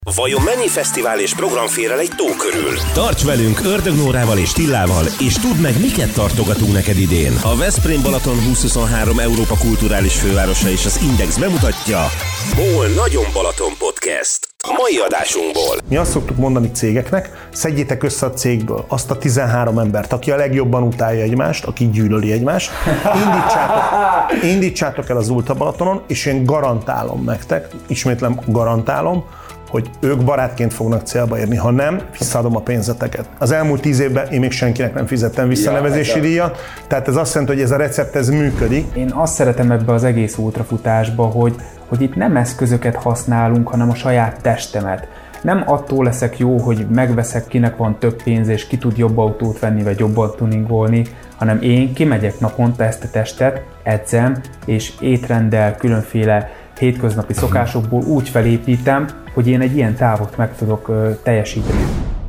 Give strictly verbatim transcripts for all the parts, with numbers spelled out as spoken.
Vajon mennyi fesztivál és program fér el egy tó körül? Tarts velünk Ördög Nórával és Tillával, és tudd meg, miket tartogatunk neked idén. A Veszprém Balaton húsz-huszonhárom Európa kulturális fővárosa és az Index bemutatja MOL Nagyon Balaton Podcast. A mai adásunkból. Mi azt szoktuk mondani cégeknek, szedjétek össze a cégből azt a tizenhárom embert, aki a legjobban utálja egymást, aki gyűlöli egymást, indítsátok, indítsátok el az Ultra Balatonon, és én garantálom nektek, ismétlem garantálom, hogy ők barátként fognak célba érni, ha nem, visszaadom a pénzeteket. Az elmúlt tíz évben én még senkinek nem fizettem visszanevezési díjat, tehát ez azt jelenti, hogy ez a recept ez működik. Én azt szeretem ebbe az egész ultrafutásba, hogy, hogy itt nem eszközöket használunk, hanem a saját testemet. Nem attól leszek jó, hogy megveszek, kinek van több pénz, és ki tud jobb autót venni, vagy jobban tuningolni, hanem én kimegyek naponta ezt a testet, edzem, és étrenddel, különféle hétköznapi szokásokból úgy felépítem, hogy én egy ilyen távot meg tudok uh, teljesíteni.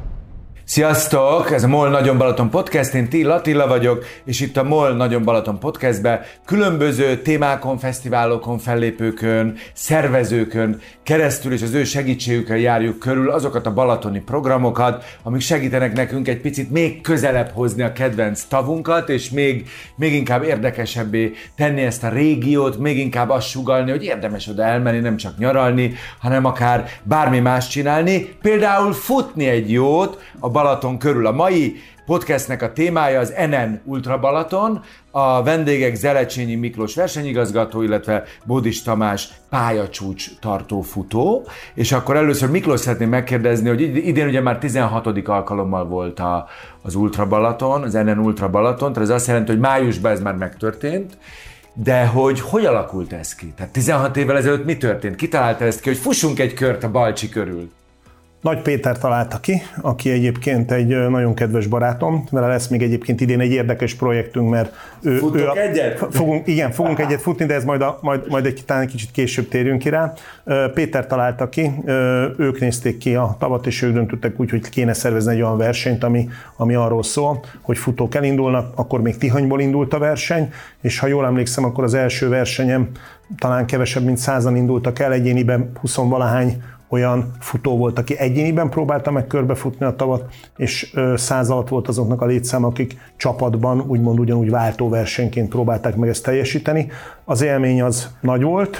Sziasztok! Ez a MOL Nagyon Balaton Podcast, én Till Attila vagyok, és itt a MOL Nagyon Balaton Podcastben különböző témákon, fesztiválokon, fellépőkön, szervezőkön keresztül és az ő segítségükkel járjuk körül azokat a balatoni programokat, amik segítenek nekünk egy picit még közelebb hozni a kedvenc tavunkat, és még, még inkább érdekesebbé tenni ezt a régiót, még inkább azt sugallni, hogy érdemes oda elmenni, nem csak nyaralni, hanem akár bármi más csinálni, például futni egy jót a Balaton körül. A mai podcastnek a témája az en en Ultra Balaton, a vendégek Zelecsényi Miklós versenyigazgató, illetve Bódis Tamás pályacsúcs tartó futó, és akkor először Miklós szeretném megkérdezni, hogy idén ugye már tizenhatodik alkalommal volt a, az Ultra Balaton, az en en Ultra Balaton, tehát ez azt jelenti, hogy májusban ez már megtörtént, de hogy hogy alakult ez ki? Tehát tizenhat évvel ezelőtt mi történt? Ki találta ezt ki, hogy fussunk egy kört a Balcsi körül? Nagy Péter találta ki, aki egyébként egy nagyon kedves barátom, vele lesz még egyébként idén egy érdekes projektünk, mert ő, ő a, egyet? Fogunk, igen, fogunk egyet futni, de ez majd, a, majd, majd egy, talán egy kicsit később térjünk ki rá. Péter találta ki, ők nézték ki a tavat, és ők döntöttek úgy, hogy kéne szervezni egy olyan versenyt, ami, ami arról szól, hogy futók elindulnak, akkor még Tihanyból indult a verseny, és ha jól emlékszem, akkor az első versenyem talán kevesebb, mint százan indultak el, egyéniben huszonvalahány olyan futó volt, aki egyéniben próbálta meg körbefutni a tavat, és száz alatt volt azoknak a létszám, akik csapatban úgymond ugyanúgy váltóversenyként próbálták meg ezt teljesíteni. Az élmény az nagy volt,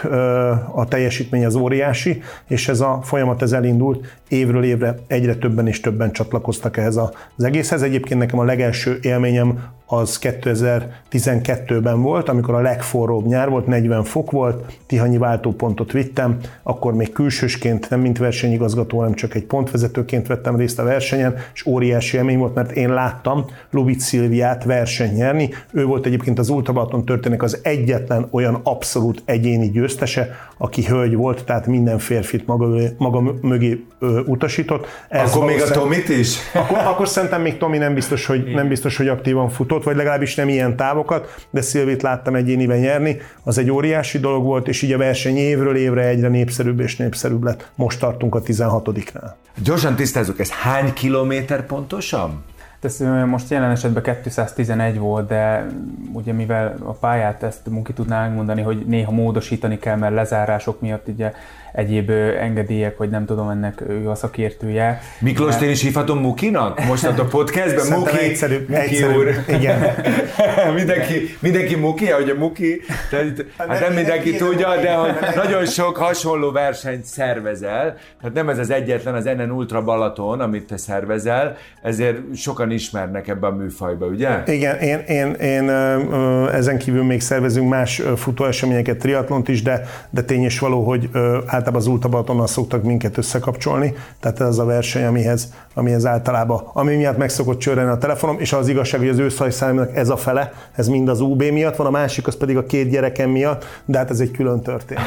a teljesítmény az óriási, és ez a folyamat ez elindult, évről évre egyre többen és többen csatlakoztak ehhez az egészhez. Egyébként nekem a legelső élményem az kétezer-tizenkettőben volt, amikor a legforróbb nyár volt, negyven fok volt, tihanyi váltópontot vittem, akkor még külsősként, nem mint versenyigazgató, hanem csak egy pontvezetőként vettem részt a versenyen, és óriási élmény volt, mert én láttam Lubic Szilviát versenyt nyerni. Ő volt egyébként az Ultra Balaton történetek az egyetlen olyan abszolút egyéni győztese, aki hölgy volt, tehát minden férfit maga, maga mögé ö, utasított. Ez akkor még a Tomit is? Akkor, akkor szerintem még Tomi nem biztos, hogy, nem biztos, hogy aktívan futott, vagy legalábbis nem ilyen távokat, de Szilvit láttam egyéniben nyerni, az egy óriási dolog volt, és így a verseny évről évre egyre népszerűbb és népszerűbb lett. Most tartunk a tizenhatodiknál. Gyorsan tisztázzuk, ez hány kilométer pontosan? Ez most jelen esetben kétszáztizenegy volt, de ugye mivel a pályát ezt Muki tudnánk mondani, hogy néha módosítani kell, mert lezárások miatt ugye egyéb engedélyek, vagy nem tudom, ennek ő a szakértője. Miklós, én is hívhatom Mukinak? Most a podcastben Muki, egyszerű, Muki egyszerű, úr. Igen. mindenki, mindenki Muki, hogy a Muki, tehát, hát nem mindenki tudja, de nagyon sok hasonló versenyt szervezel, tehát nem ez az egyetlen, az en en Ultra Balaton, amit te szervezel, ezért sokan ismernek ebbe a műfajba, ugye? Igen, én, én, én ezen kívül még szervezünk más futóeseményeket, triatlont is, de, de tény és való, hogy általában az Ultra Balatonnal szoktak minket összekapcsolni, tehát ez az a verseny, amihez, amihez általában, ami miatt meg szokott csörrenni a telefonom, és az igazság, hogy az őszhajszámnak ez a fele, ez mind az u bé miatt van, a másik az pedig a két gyerekem miatt, de hát ez egy külön történet.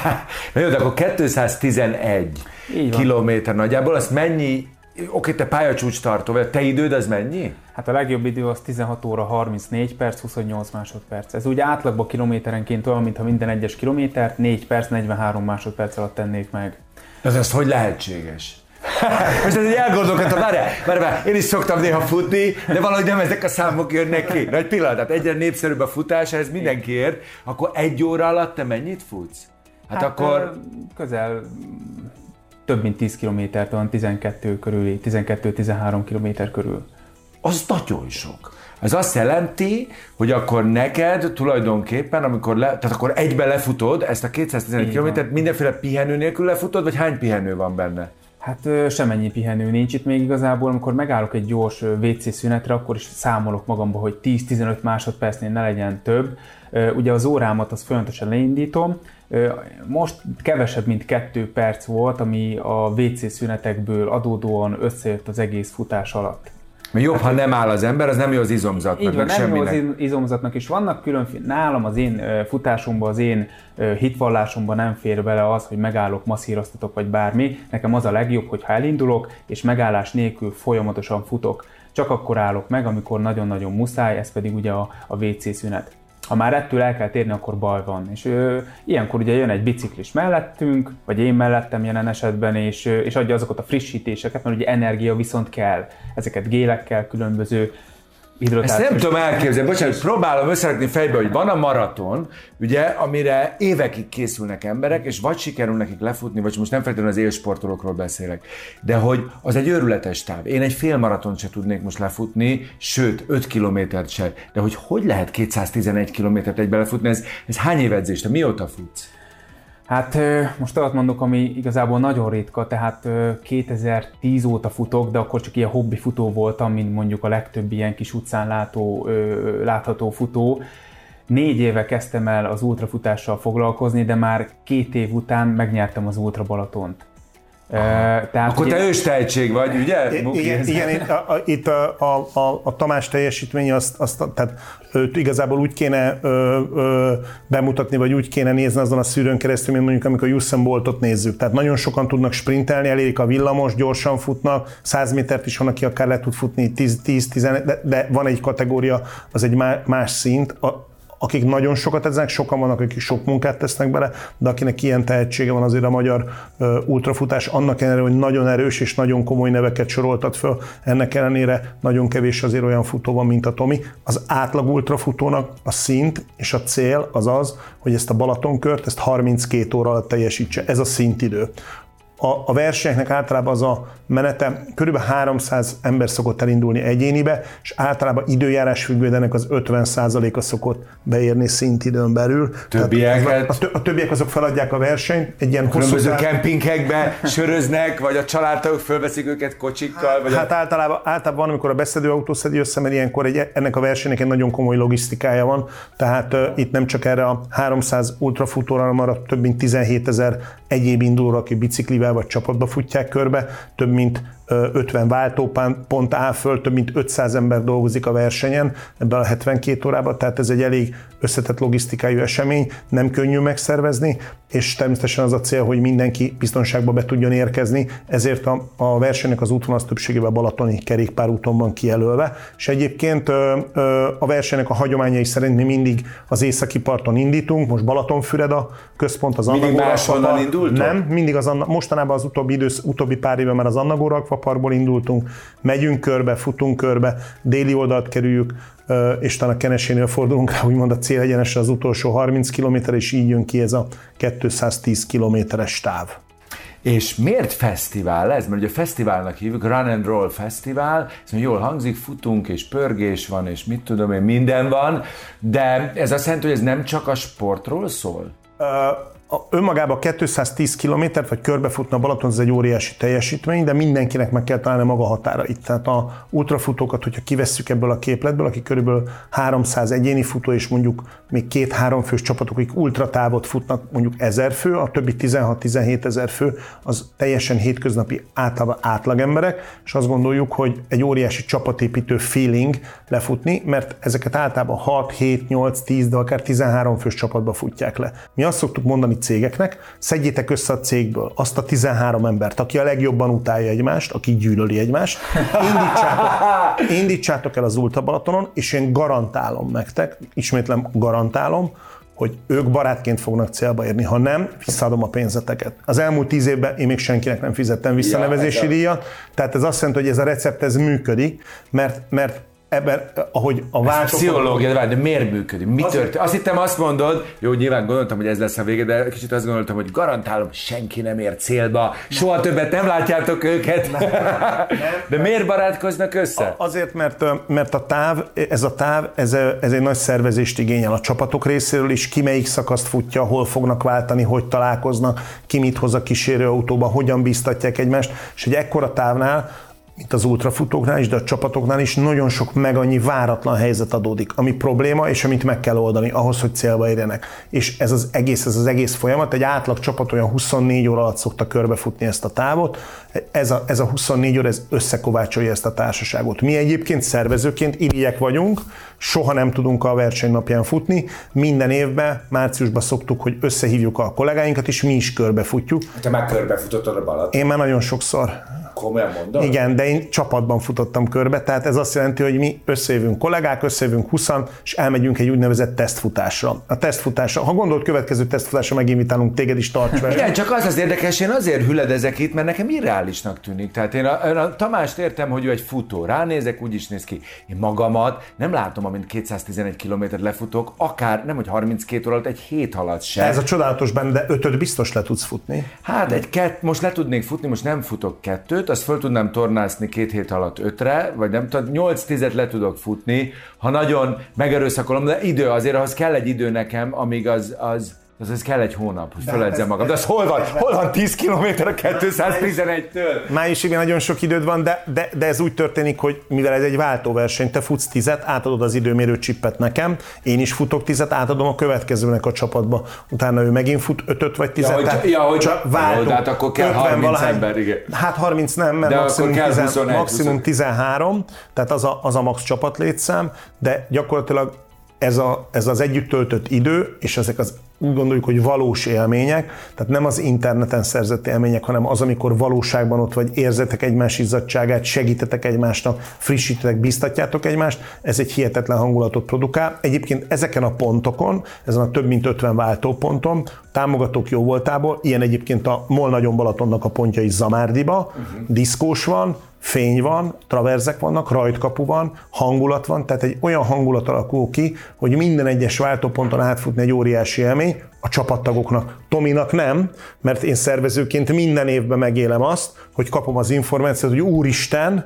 Na jó, de akkor kétszáztizenegy kilométer nagyjából, azt mennyi, oké, te pályacsúcs tartó, vagy te időd az mennyi? Hát a legjobb idő az tizenhat óra harmincnégy perc, huszonnyolc másodperc. Ez úgy átlagban kilométerenként olyan, mintha minden egyes kilométert négy perc, negyvenhárom másodperc alatt tennék meg. Ez az hogy lehetséges? Most ez egy elgondolkodtam, várjál, várjál, én is szoktam néha futni, de valahogy nem ezek a számok jönnek ki. Nagy pillanat, egyre népszerűbb a futás, ez mindenki ért, akkor egy óra alatt te mennyit futsz? Hát, hát akkor... közel több mint tíz kilométert, olyan tizenkettő körüli, tizenkettő-tizenhárom kilométer körül. Az nagyon sok. Ez azt jelenti, hogy akkor neked tulajdonképpen, amikor le, tehát akkor egybe lefutod ezt a kétszáztizenegy kilométert, mindenféle pihenő nélkül lefutod, vagy hány pihenő van benne? Hát semennyi pihenő nincs itt még igazából, amikor megállok egy gyors vé cé szünetre, akkor is számolok magamba, hogy tíz-tizenöt másodpercnél ne legyen több. Ugye az órámat azt folyamatosan leindítom. Most kevesebb, mint kettő perc volt, ami a vé cé szünetekből adódóan összejött az egész futás alatt. Mert jobb, ha nem áll az ember, az nem jó az izomzatnak, így van, meg nem semminek. jó az izomzatnak is. Vannak különféle, nálam az én futásomban, az én hitvallásomban nem fér bele az, hogy megállok, masszíroztatok vagy bármi. Nekem az a legjobb, hogyha elindulok, és megállás nélkül folyamatosan futok. Csak akkor állok meg, amikor nagyon-nagyon muszáj, ez pedig ugye a, a vé cé szünet. Ha már ettől el kell térni, akkor baj van. És ö, ilyenkor ugye jön egy biciklis mellettünk, vagy én mellettem jelen esetben, és, ö, és adja azokat a frissítéseket, mert ugye energia viszont kell. Ezeket gélekkel, különböző hidratációs... Ezt nem tudom elképzelni, bocsánat, próbálom összerakni fejbe, hogy van a maraton, ugye, amire évekig készülnek emberek, és vagy sikerül nekik lefutni, vagy most nem feltétlenül az élsportolókról beszélek, de hogy az egy őrületes táv. Én egy fél maratont se tudnék most lefutni, sőt, öt kilométert se. De hogy hogy lehet kétszáztizenegy kilométert egybe lefutni, ez, ez hány év edzés, te mióta futsz? Hát most olyat mondok, ami igazából nagyon ritka, tehát kétezer-tíz óta futok, de akkor csak ilyen hobbi futó voltam, mint mondjuk a legtöbb ilyen kis utcán látó, látható futó. Négy éve kezdtem el az ultrafutással foglalkozni, de már két év után megnyertem az Ultra Balatont. Tehát akkor te őstehetség vagy, ugye? Igen, igen itt, a, a, itt a, a, a, a Tamás teljesítmény, azt, azt, tehát őt igazából úgy kéne ö, ö, bemutatni, vagy úgy kéne nézni azon a szűrőn keresztül, mint mondjuk amikor Usain Boltot nézzük. Tehát nagyon sokan tudnak sprintelni, elérik a villamos, gyorsan futnak, száz métert is van, aki akár le tud futni tíz-tizenegy, de, de van egy kategória, az egy más szint. A, akik nagyon sokat edzenek, sokan vannak, akik sok munkát tesznek bele, de akinek ilyen tehetsége van azért a magyar uh, ultrafutás, annak ellenére, hogy nagyon erős és nagyon komoly neveket soroltat föl, ennek ellenére nagyon kevés azért olyan futó van, mint a Tomi. Az átlag ultrafutónak a szint és a cél az az, hogy ezt a Balatonkört, ezt harminckét óra alatt teljesítse. Ez a szintidő. A, a versenyeknek általában az a menete, körülbelül háromszáz ember szokott elindulni egyénibe, és általában időjárás függő, de ennek az ötven százaléka szokott beérni szintidőn belül. Többieket? A, a többiek azok feladják a versenyt, egy ilyen különböző hosszú kempingekbe söröznek, vagy a családtagok fölveszik őket kocsikkal? Vagy hát a... általában, általában van, amikor a beszedőautó szedi össze, mert ilyenkor egy, ennek a versenynek egy nagyon komoly logisztikája van, tehát uh, itt nem csak erre a háromszáz ultrafutóra, hanem arra több mint tizenhétezer egyéb indulóra, aki biciklivel vagy csapatba futják körbe, több mint ötven váltópont áll föl, több mint ötszáz ember dolgozik a versenyen ebben a hetvenkét órában, tehát ez egy elég összetett logisztikájú esemény, nem könnyű megszervezni, és természetesen az a cél, hogy mindenki biztonságba be tudjon érkezni, ezért a, a versenynek az útvonal többségében balatoni kerékpárúton van kijelölve, és egyébként a versenynek a hagyományai szerint mi mindig az északi parton indítunk, most Balatonfüred a központ, az Mindig máshonnan indultok? Nem, mindig az, mostanában az utóbbi, idősz, utóbbi pár évben már az Annagóra akvaparkból indultunk, megyünk körbe, futunk körbe, déli oldalt kerüljük, és talán a Kenesénél fordulunk rá, úgymond a célegyenesre az utolsó harminc kilométer, és így jön ki ez a kétszáztíz kilométeres táv. És miért fesztivál ez? Mert ugye fesztiválnak hívjuk, Run and Roll Fesztivál, ez jól hangzik, futunk és pörgés van, és mit tudom én, minden van, de ez azt jelenti, hogy ez nem csak a sportról szól? Uh, A önmagában kétszáztíz kilométert, vagy körbefutna a Balaton, ez egy óriási teljesítmény, de mindenkinek meg kell találni maga határait. Tehát a ultrafutókat, hogyha kivesszük ebből a képletből, akik körülbelül háromszáz egyéni futó, és mondjuk még két-három fős csapatok, akik ultratávot futnak, mondjuk ezer fő, a többi tizenhat-tizenhét ezer fő, az teljesen hétköznapi általában átlagemberek, és azt gondoljuk, hogy egy óriási csapatépítő feeling lefutni, mert ezeket általában hat, hét, nyolc, tíz, de akár tizenhárom fős csapatba futják le. Mi azt szoktuk mondani cégeknek, szedjétek össze a cégből azt a tizenhárom embert, aki a legjobban utálja egymást, aki gyűlöli egymást, indítsátok, indítsátok el az Ultra Balatonon, és én garantálom nektek, ismétlem garantálom, hogy ők barátként fognak célba érni, ha nem, visszaadom a pénzeteket. Az elmúlt tíz évben én még senkinek nem fizettem visszanevezési díjat, tehát ez azt jelenti, hogy ez a recept ez működik, mert, mert ebben, ahogy a váltó... Pszichológia, de miért működik? Mi történt? Azt hittem, azt mondod, jó, nyilván gondoltam, hogy ez lesz a vége, de kicsit azt gondoltam, hogy garantálom, senki nem ér célba, soha többet nem látjátok őket. Nem, nem, de miért barátkoznak össze? Azért, mert, mert a táv, ez a táv, ez, ez egy nagy szervezést igényel a csapatok részéről is, ki melyik szakaszt futja, hol fognak váltani, hogy találkoznak, ki mit hoz a kísérőautóba, hogyan bíztatják egymást, és egy ekkora távnál, mint az ultrafutóknál is, de a csapatoknál is nagyon sok meg annyi váratlan helyzet adódik, ami probléma, és amit meg kell oldani ahhoz, hogy célba érjenek. És ez az egész, ez az egész folyamat, egy átlag csapat olyan huszonnégy óra alatt szokta körbefutni ezt a távot, ez a, ez a huszonnégy óra ez összekovácsolja ezt a társaságot. Mi egyébként szervezőként irigyek vagyunk, soha nem tudunk a versenynapján futni, minden évben, márciusban szoktuk, hogy összehívjuk a kollégáinkat, és mi is körbefutjuk. Te már körbefutottad a Balaton? Én már nagyon sokszor. Komolyan mondod? Igen, de én csapatban futottam körbe, tehát ez azt jelenti, hogy mi összejövünk kollégák, összejövünk huszan, és elmegyünk egy úgynevezett tesztfutásra. A tesztfutásra, ha gondolod, következő tesztfutásra meginvitálunk téged is, tarts vele. Igen, csak az az érdekes, én azért hüledezek itt, mert nekem irreálisnak tűnik. Tehát én a, a Tamást értem, hogy ő egy futó, ránézek, úgy is néz ki. Én magamat nem látom, amint kétszáztizenegy kilométert lefutok, akár nem, hogy harminckét óra alatt, egy hét alatt sem. Ez a csodálatos benne, de ötöt biztos le tudsz futni. Hát egy kett, most le tudnék futni, most nem futok kettőt, azt föl tudnám tornászni két hét alatt ötre, vagy nem tudom, nyolc tízet le tudok futni, ha nagyon megerőszakolom, de idő azért, ahhoz kell egy idő nekem, amíg az, az Az, ez kell egy hónap, hogy feledzem magam. De az hol van? Hol van tíz kilométer a kétszáztizenegytől? Májusig nagyon sok időd van, de, de, de ez úgy történik, hogy mivel ez egy váltóverseny, te futsz tízet, átadod az időmérő csippet nekem, én is futok tízet, átadom a következőnek a csapatba. Utána ő megint fut ötöt vagy tízet. Ja, hogy, ja, hogy csak váltunk. Hát akkor kell harminc valahány, ember, igen. Hát harminc nem, mert de maximum, kell tizen, huszonegy, maximum tizenhárom, tehát az a, az a max csapatlétszám, de gyakorlatilag ez, a, ez az együtt töltött idő, és ezek az úgy gondoljuk, hogy valós élmények, tehát nem az interneten szerzett élmények, hanem az, amikor valóságban ott vagy, érzetek egymás izzadtságát, segítetek egymásnak, frissítetek, bíztatjátok egymást, ez egy hihetetlen hangulatot produkál. Egyébként ezeken a pontokon, ezen a több mint ötven váltóponton, támogatók jó voltából, ilyen egyébként a Molnagyon-Balatonnak a pontja is Zamárdiba, uh-huh. diszkós van, fény van, traverzek vannak, rajtkapu van, hangulat van, tehát egy olyan hangulat alakul ki, hogy minden egyes váltóponton átfutni egy óriási élmény, a csapattagoknak. Tominak nem, mert én szervezőként minden évben megélem azt, hogy kapom az információt, hogy úristen,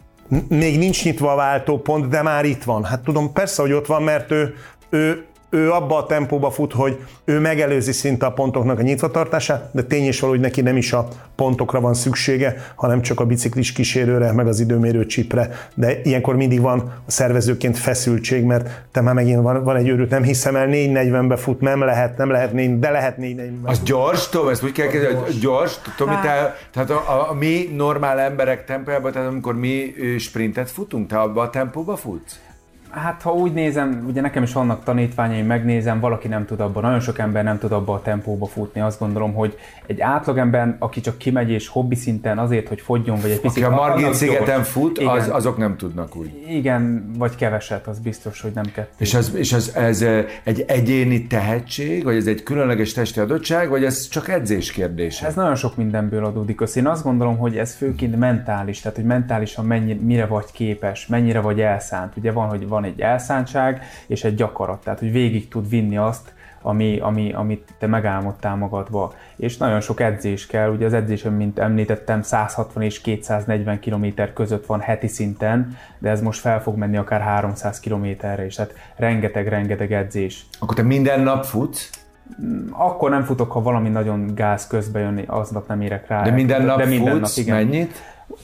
még nincs nyitva a váltópont, de már itt van. Hát tudom, persze, hogy ott van, mert ő, ő ő abba a tempóba fut, hogy ő megelőzi szinte a pontoknak a nyitvatartását, de tény és való, hogy neki nem is a pontokra van szüksége, hanem csak a biciklis kísérőre, meg az időmérő csipre. De ilyenkor mindig van a szervezőként feszültség, mert te már megint van, van egy őrült, nem hiszem el, négy negyvenbe fut, nem lehet, nem lehet négy, de lehet négy negyvenbe. Az gyors, Tom, ezt úgy kell kezdeni, hogy gyors, Tomi, te, tehát a, a, a mi normál emberek tempójában, tehát amikor mi sprintet futunk, te abba a tempóba futsz? Hát ha úgy nézem, ugye nekem is vannak tanítványaim, megnézem, valaki nem tud abban, nagyon sok ember nem tud abban a tempóba futni. Azt gondolom, hogy egy átlagember, aki csak kimegy és hobbi szinten azért, hogy fogjon, vagy egy picit... Aki a Margit szigeten fut, az, azok nem tudnak úgy. Igen, vagy keveset, az biztos, hogy nem kettő. És, az, és az, ez egy egyéni tehetség, vagy ez egy különleges testi adottság, vagy ez csak edzés kérdése? Ez nagyon sok mindenből adódik össze. Én azt gondolom, hogy ez főként mentális, tehát hogy mentálisan mennyi, mire vagy képes, mennyire vagy elszánt. Ugye van, hogy van egy elszántság és egy gyakarat, tehát hogy végig tud vinni azt, ami, ami, amit te megálmodtál magadba. És nagyon sok edzés kell, ugye az edzésem, mint említettem, száz hatvan és kétszáznegyven kilométer között van heti szinten, de ez most fel fog menni akár háromszáz kilométerre is, tehát rengeteg-rengeteg edzés. Akkor te minden nap futsz? Akkor nem futok, ha valami nagyon gáz közbe jön, aznap nem érek rá. De minden nap de minden futsz? Nap, igen. Mennyit?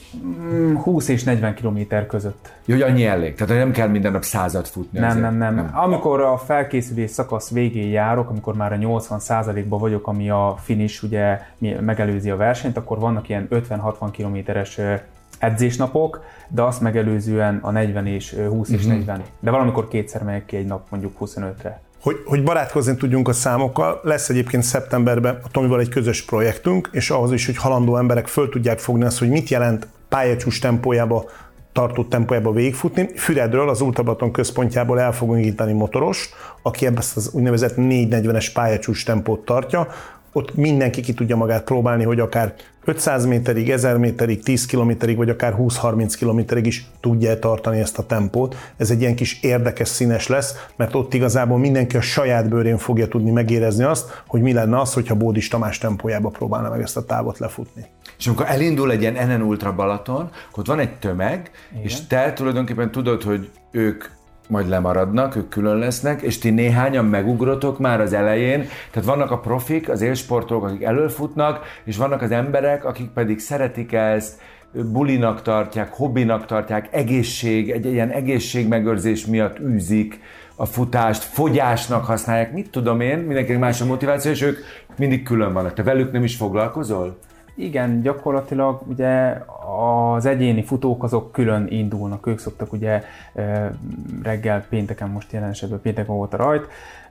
húsz és negyven kilométer között. Jó, hogy annyi elég. Tehát nem kell minden nap százat futni. Nem, nem, nem, nem. Amikor a felkészülés szakasz végén járok, amikor már a nyolcvan százalékban vagyok, ami a finish ugye megelőzi a versenyt, akkor vannak ilyen ötven-hatvan kilométeres edzésnapok, de azt megelőzően a negyven és húsz és uh-huh. negyven. De valamikor kétszer megyek ki egy nap, mondjuk huszonötre. Hogy, hogy barátkozni tudjunk a számokkal, lesz egyébként szeptemberben a Tomival egy közös projektünk, és ahhoz is, hogy halandó emberek föl tudják fogni azt, hogy mit jelent pályacsúcs tempójába, tartott tempójába végigfutni. Füredről, az Ultra Balaton központjából el fogunk indítani motorost, aki ezt az úgynevezett négy negyvenes pályacsúcs tempót tartja. ott mindenki ki tudja magát próbálni, hogy akár ötszáz méterig, ezer méterig, tíz kilométerig, vagy akár húsz-harminc kilométerig is tudja tartani ezt a tempót. Ez egy ilyen kis érdekes színes lesz, mert ott igazából mindenki a saját bőrén fogja tudni megérezni azt, hogy mi lenne az, hogyha Bódis Tamás tempójába próbálna meg ezt a távot lefutni. És amikor elindul egy ilyen en en Ultra Balaton, akkor ott van egy tömeg, igen. És te tulajdonképpen tudod, hogy ők majd lemaradnak, ők külön lesznek, és ti néhányan megugrotok már az elején, tehát vannak a profik, az élsportolók, akik előfutnak, és vannak az emberek, akik pedig szeretik ezt, bulinak tartják, hobbinak tartják, egészség, egy ilyen egészségmegőrzés miatt űzik a futást, fogyásnak használják, mit tudom én, mindenkinek más a motiváció, és ők mindig külön vannak. Te velük nem is foglalkozol? Igen, gyakorlatilag ugye az egyéni futók azok külön indulnak, ők szoktak ugye reggel, pénteken, most jelen esetben pénteken volt a rajt.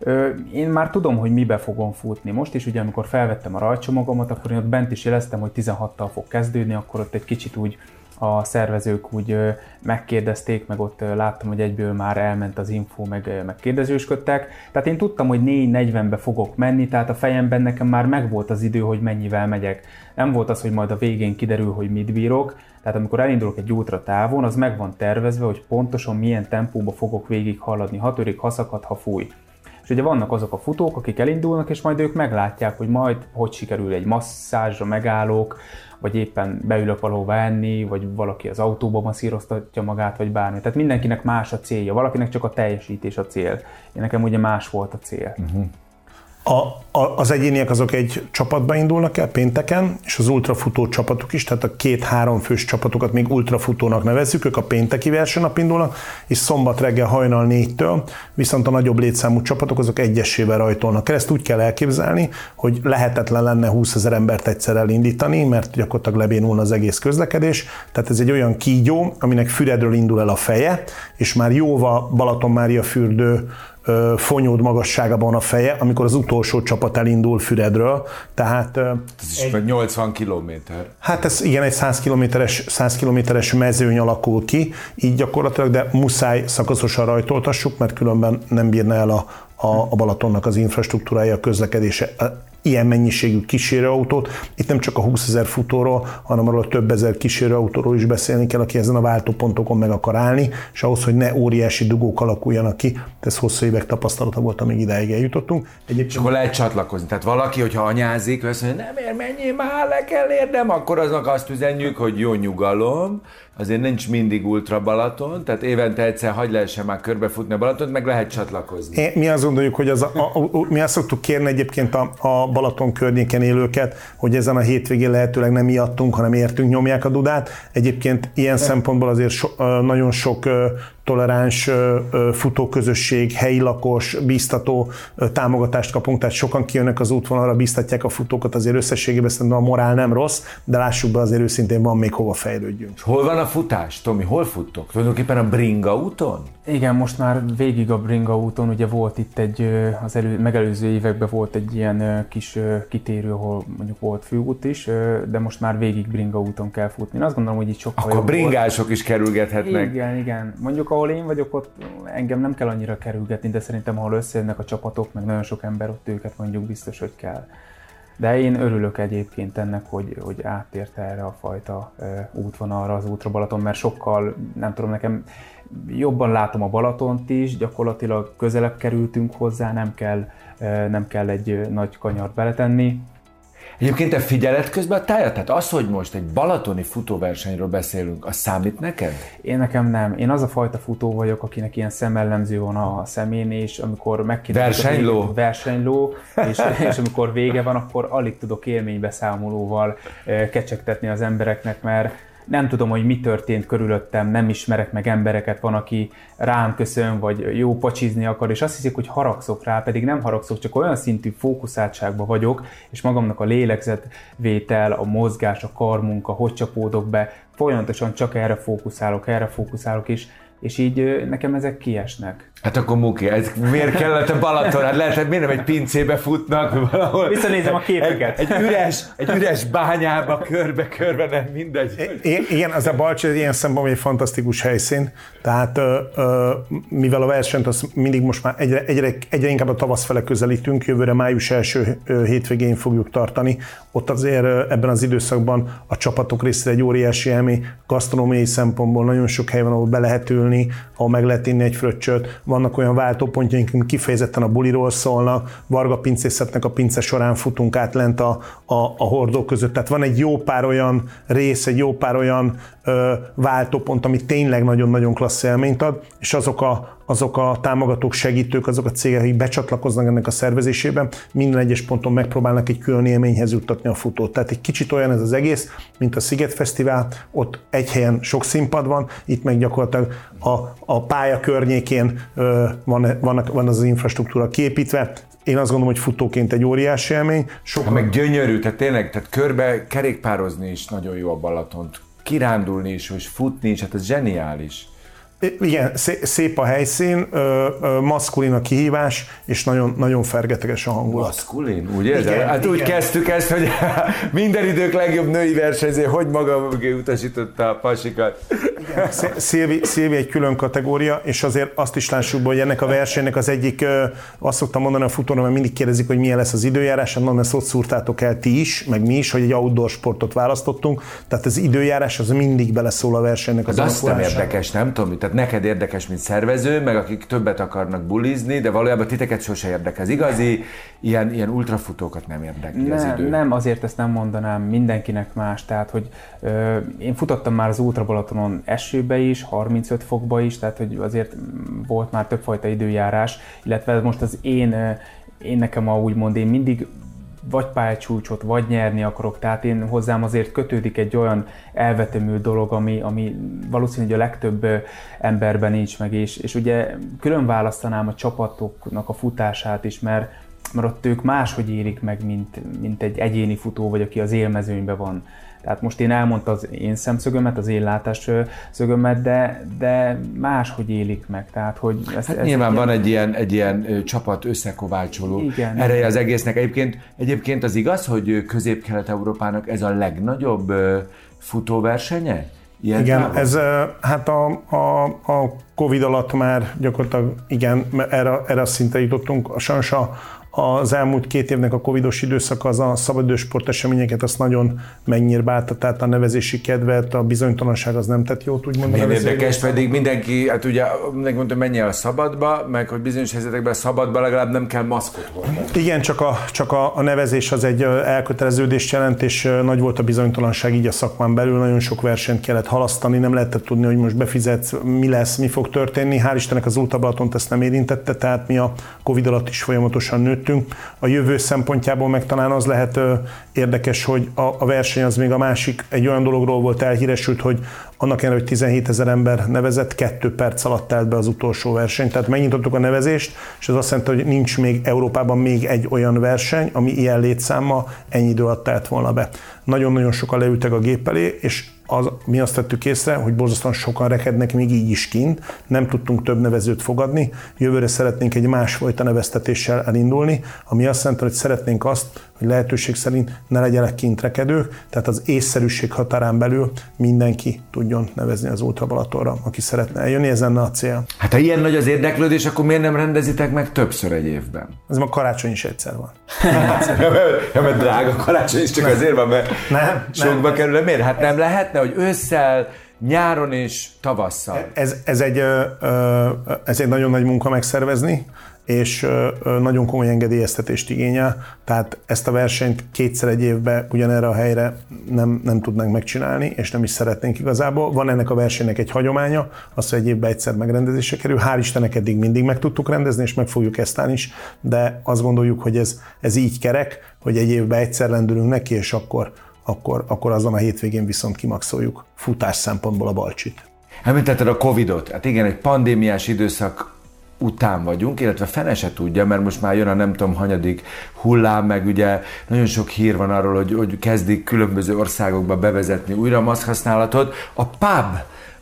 Én már tudom, hogy mibe fogom futni. Most is ugye, amikor felvettem a rajtcsomagomat, akkor én ott bent is jeleztem, hogy tizenhattal fog kezdődni, akkor ott egy kicsit úgy a szervezők úgy megkérdezték, meg ott láttam, hogy egyből már elment az info, meg, meg kérdezősködtek. Tehát én tudtam, hogy négy negyvenbe fogok menni, tehát a fejemben nekem már megvolt az idő, hogy mennyivel megyek. Nem volt az, hogy majd a végén kiderül, hogy mit bírok. Tehát amikor elindulok egy útra távon, az meg van tervezve, hogy pontosan milyen tempóba fogok végig haladni, ha törik, ha szakad, ha fúj. És ugye vannak azok a futók, akik elindulnak, és majd ők meglátják, hogy majd hogy sikerül egy masszázsra megállok, vagy éppen beülök valahova enni, vagy valaki az autóba masszíroztatja magát, vagy bármi. Tehát mindenkinek más a célja, valakinek csak a teljesítés a cél. Én nekem ugye más volt a cél. Uh-huh. A, a, az egyéniek azok egy csapatba indulnak el pénteken, és az ultrafutó csapatok is, tehát a két-három fős csapatokat még ultrafutónak nevezzük, ők a pénteki versenynap indulnak, és szombat reggel hajnal négytől, viszont a nagyobb létszámú csapatok azok egyesével rajtolnak el. Ezt úgy kell elképzelni, hogy lehetetlen lenne húszezer embert egyszer elindítani, mert gyakorlatilag lebénulna az egész közlekedés. Tehát ez egy olyan kígyó, aminek Füredről indul el a feje, és már jóval Balatonmáriafürdő Fonyód magasságában van a feje, amikor az utolsó csapat elindul Füredről, tehát... Ez is egy, nyolcvan kilométer. Hát ez igen, egy száz kilométeres, száz kilométeres mezőny alakul ki, így gyakorlatilag, de muszáj szakaszosan rajtoltassuk, mert különben nem bírna el a, a, a Balatonnak az infrastruktúrája, a közlekedése ilyen mennyiségű kísérőautót. Itt nem csak a húszezer futóról, hanem arról a több ezer kísérőautóról is beszélni kell, aki ezen a váltópontokon meg akar állni, és ahhoz, hogy ne óriási dugók alakuljanak ki, ez hosszú évek tapasztalata volt, amíg idáig eljutottunk. Egyébként... És akkor lehet csatlakozni. Tehát valaki, hogyha anyázik, azt mondja, nem ér, menjél már, le kell érdem, akkor aznak azt üzenjük, hogy jó nyugalom, azért nincs mindig Ultra Balaton, tehát évente egyszer hagy lehessen már körbefutni a Balatont, meg lehet csatlakozni. É, mi azt gondoljuk, hogy az a, a, a, mi azt szoktuk kérni egyébként a, a Balaton környéken élőket, hogy ezen a hétvégén lehetőleg nem miattunk, hanem értünk nyomják a dudát. Egyébként ilyen szempontból azért so, nagyon sok toleráns futóközösség, helyi lakos, bíztató támogatást kapunk, tehát sokan kijönnek az útvonalra, bíztatják a futókat, azért összességében szerintem a morál nem rossz, de lássuk be, azért őszintén van még hova fejlődjünk. Hol van a futás? Tomi, hol futtok? Tulajdonképpen a Bringa úton? Igen, most már végig a Bringa úton, ugye volt itt egy, az elő, megelőző években volt egy ilyen kis kitérő, ahol mondjuk volt főút is, de most már végig Bringa úton kell futni. Én azt gondolom, hogy itt sokkal Akkor bringások volt. Is kerülgethetnek. Igen, igen. Mondjuk ahol én vagyok, ott engem nem kell annyira kerülgetni, de szerintem ahol összejönnek a csapatok, meg nagyon sok ember ott, őket mondjuk biztos, hogy kell. De én örülök egyébként ennek, hogy, hogy áttérte erre a fajta útvonalra az Ultra Balaton, mert sokkal, nem tudom, nekem jobban látom a Balatont is, gyakorlatilag közelebb kerültünk hozzá, nem kell, nem kell egy nagy kanyart beletenni. Egyébként te figyeled közben a tájat? Tehát az, hogy most egy balatoni futóversenyről beszélünk, az számít neked? Én nekem nem. Én az a fajta futó vagyok, akinek ilyen szemellenző van a szemén, és amikor megkérdezik... Versenyló? Versenyló, és, és amikor vége van, akkor alig tudok élménybeszámolóval kecsegtetni az embereknek, mert nem tudom, hogy mi történt körülöttem, nem ismerek meg embereket, van, aki rám köszön, vagy jó pacsizni akar, és azt hiszik, hogy haragszok rá, pedig nem haragszok, csak olyan szintű fókuszáltságban vagyok, és magamnak a lélegzetvétel, a mozgás, a karmunka, hogy csapódok be, folyamatosan csak erre fókuszálok, erre fókuszálok is, és így nekem ezek kiesnek. Hát akkor Muki, ez miért kellett a Balaton? Hát lehet, hogy miért nem egy pincébe futnak valahol. Visszanézem a képeket. Egy, egy, üres, egy üres bányába körbe-körbe, nem mindegy. I- igen, az a Balcsi ilyen szempontból egy fantasztikus helyszín, tehát ö, ö, mivel a versenyt az mindig most már egyre, egyre, egyre inkább a tavasz fele közelítünk, jövőre május első hétvégén fogjuk tartani, ott azért ebben az időszakban a csapatok részére egy óriási élmény, gasztronómiai szempontból nagyon sok hely van, ahol be lehet ülni, ahol meg lehet inni egy fröccsöt. Vannak olyan váltópontjaink, amik kifejezetten a buliról szólnak, Varga pincészetnek a pince során futunk át lent a, a, a hordók között. Tehát van egy jó pár olyan rész, egy jó pár olyan ö, váltópont, ami tényleg nagyon-nagyon klassz élményt ad, és azok a, azok a támogatók, segítők, azok a cégek, akik becsatlakoznak ennek a szervezésében, minden egyes ponton megpróbálnak egy külön élményhez juttatni a futót. Tehát egy kicsit olyan ez az egész, mint a Sziget Fesztivál, ott egy helyen sok színpad van, itt meg gyakorlatilag a, a pálya környékén ö, van, van, van az, az infrastruktúra kiépítve. Én azt gondolom, hogy futóként egy óriási élmény. Sokan... Meg gyönyörű, tehát tényleg, tehát körbe kerékpározni is nagyon jó a Balatont, kirándulni is, és futni is, hát ez zseniális. Igen, szép a helyszín, maszkulin a kihívás, és nagyon, nagyon fergeteges a hangulat. Maszkulin, úgy érzed? Igen, hát igen. úgy kezdtük ezt, hogy minden idők legjobb női versenyző, hogy maga mögé utasította a pasikat. Szilvi, Szilvi egy külön kategória, és azért azt is lássuk, hogy ennek a versenynek az egyik, azt szoktam mondani a futóra, mert mindig kérdezik, hogy milyen lesz az időjárás, mondom, ezt ott szúrtátok el ti is, meg mi is, hogy egy outdoor sportot választottunk, tehát az időjárás az mindig beleszól a versenynek az az azt nem alakulásába. érdekes, nem tudom, tehát neked érdekes, mint szervező, meg akik többet akarnak bulizni, de valójában titeket sose érdekel. Az igazi, ilyen, ilyen ultrafutókat nem érdekli ne, az idő. Nem, azért ezt nem mondanám, mindenkinek más, tehát hogy ö, én futottam már az Ultra Balatonon esőbe is, harmincöt fokba is, tehát hogy azért volt már többfajta időjárás, illetve most az én, én nekem a úgymond én mindig vagy pályacsúcsot, vagy nyerni akarok, tehát én hozzám azért kötődik egy olyan elvetemű dolog, ami, ami valószínűleg a legtöbb emberben nincs meg, és, és ugye külön választanám a csapatoknak a futását is, mert, mert ott ők máshogy élik meg, mint, mint egy egyéni futó, vagy aki az élmezőnyben van. Tehát most én elmondtam az én szemszögömet, az én látásszögömet, de, de máshogy élik meg. Tehát, hogy ezt, Hát ez nyilván ilyen... van egy ilyen, egy ilyen ö, csapat összekovácsoló Igen. ereje az egésznek. Egyébként, egyébként az igaz, hogy Közép-Kelet-Európának ez a legnagyobb ö, futóversenye? Ilyen Igen, távol? ez hát a, a, a Covid alatt már gyakorlatilag igen, erre, erre a szintre jutottunk. Sajnos a, az elmúlt két évnek a covidos időszaka az a szabadidős sporteseményeket azt nagyon megnyírbálta, tehát a nevezési kedvet, a bizonytalanság az nem tett jót, úgymond. Milyen érdekes, pedig mindenki, hát ugye mindenki mondta, hogy menjél a szabadba, meg hogy bizonyos helyzetekben a szabadba legalább nem kell maszkot hordani. Igen, csak, a, csak a, a nevezés az egy elköteleződést jelent, és nagy volt a bizonytalanság így a szakmán belül, nagyon sok versenyt kellett halasztani, nem lehetett tudni, hogy most befizetsz, mi lesz, mi fog történni. Hál' Istennek az Ultra Balatont ezt nem érintette, tehát mi a Covid alatt is folyamatosan nőttünk. A jövő szempontjából meg talán az lehet ö, érdekes, hogy a, a verseny az még a másik, egy olyan dologról volt elhíresült, hogy annak ellenére, hogy tizenhétezer ember nevezett, kettő perc alatt telt be az utolsó verseny. Tehát megnyitottuk a nevezést, és ez azt jelenti, hogy nincs még Európában még egy olyan verseny, ami ilyen létszámmal ennyi idő alatt telt volna be. Nagyon-nagyon sokan leültek a gép elé, és az, mi azt vettük észre, hogy borzasztóan sokan rekednek még így is kint, nem tudtunk több nevezőt fogadni, jövőre szeretnénk egy másfajta neveztetéssel elindulni, ami azt jelenti, hogy szeretnénk azt, hogy lehetőség szerint ne legyenek kint rekedők, tehát az észszerűség határán belül mindenki tudjon nevezni az Ultra Balatonra, aki szeretne eljönni, ez lenne a cél. Hát ha ilyen nagy az érdeklődés, akkor miért nem rendezitek meg többször egy évben? Ez ma karácsony is egyszer van. Ja, mert drága karácsony is csak nem. Azért van, mert nem, sokba nem. kerül. Miért? Hát nem lehetne, hogy ősszel, nyáron és tavasszal. Ez, ez, egy, ez egy nagyon nagy munka megszervezni, és nagyon komoly engedélyeztetést igényel, tehát ezt a versenyt kétszer egy évben ugyanerre a helyre nem, nem tudnánk megcsinálni, és nem is szeretnénk igazából. Van ennek a versenynek egy hagyománya, az, hogy egy évben egyszer megrendezésre kerül. Hál' Istennek eddig mindig meg tudtuk rendezni, és meg fogjuk ezt is, de azt gondoljuk, hogy ez, ez így kerek, hogy egy évben egyszer lendülünk neki, és akkor, akkor, akkor azon a hétvégén viszont kimaxoljuk futás szempontból a Balcsit. Említetted a Covidot. Hát igen, egy pandémiás időszak után vagyunk, illetve fene se tudja, mert most már jön a nem tudom hanyadik hullám, meg ugye nagyon sok hír van arról, hogy, hogy kezdik különböző országokba bevezetni újra a maszkhasználatot. A pub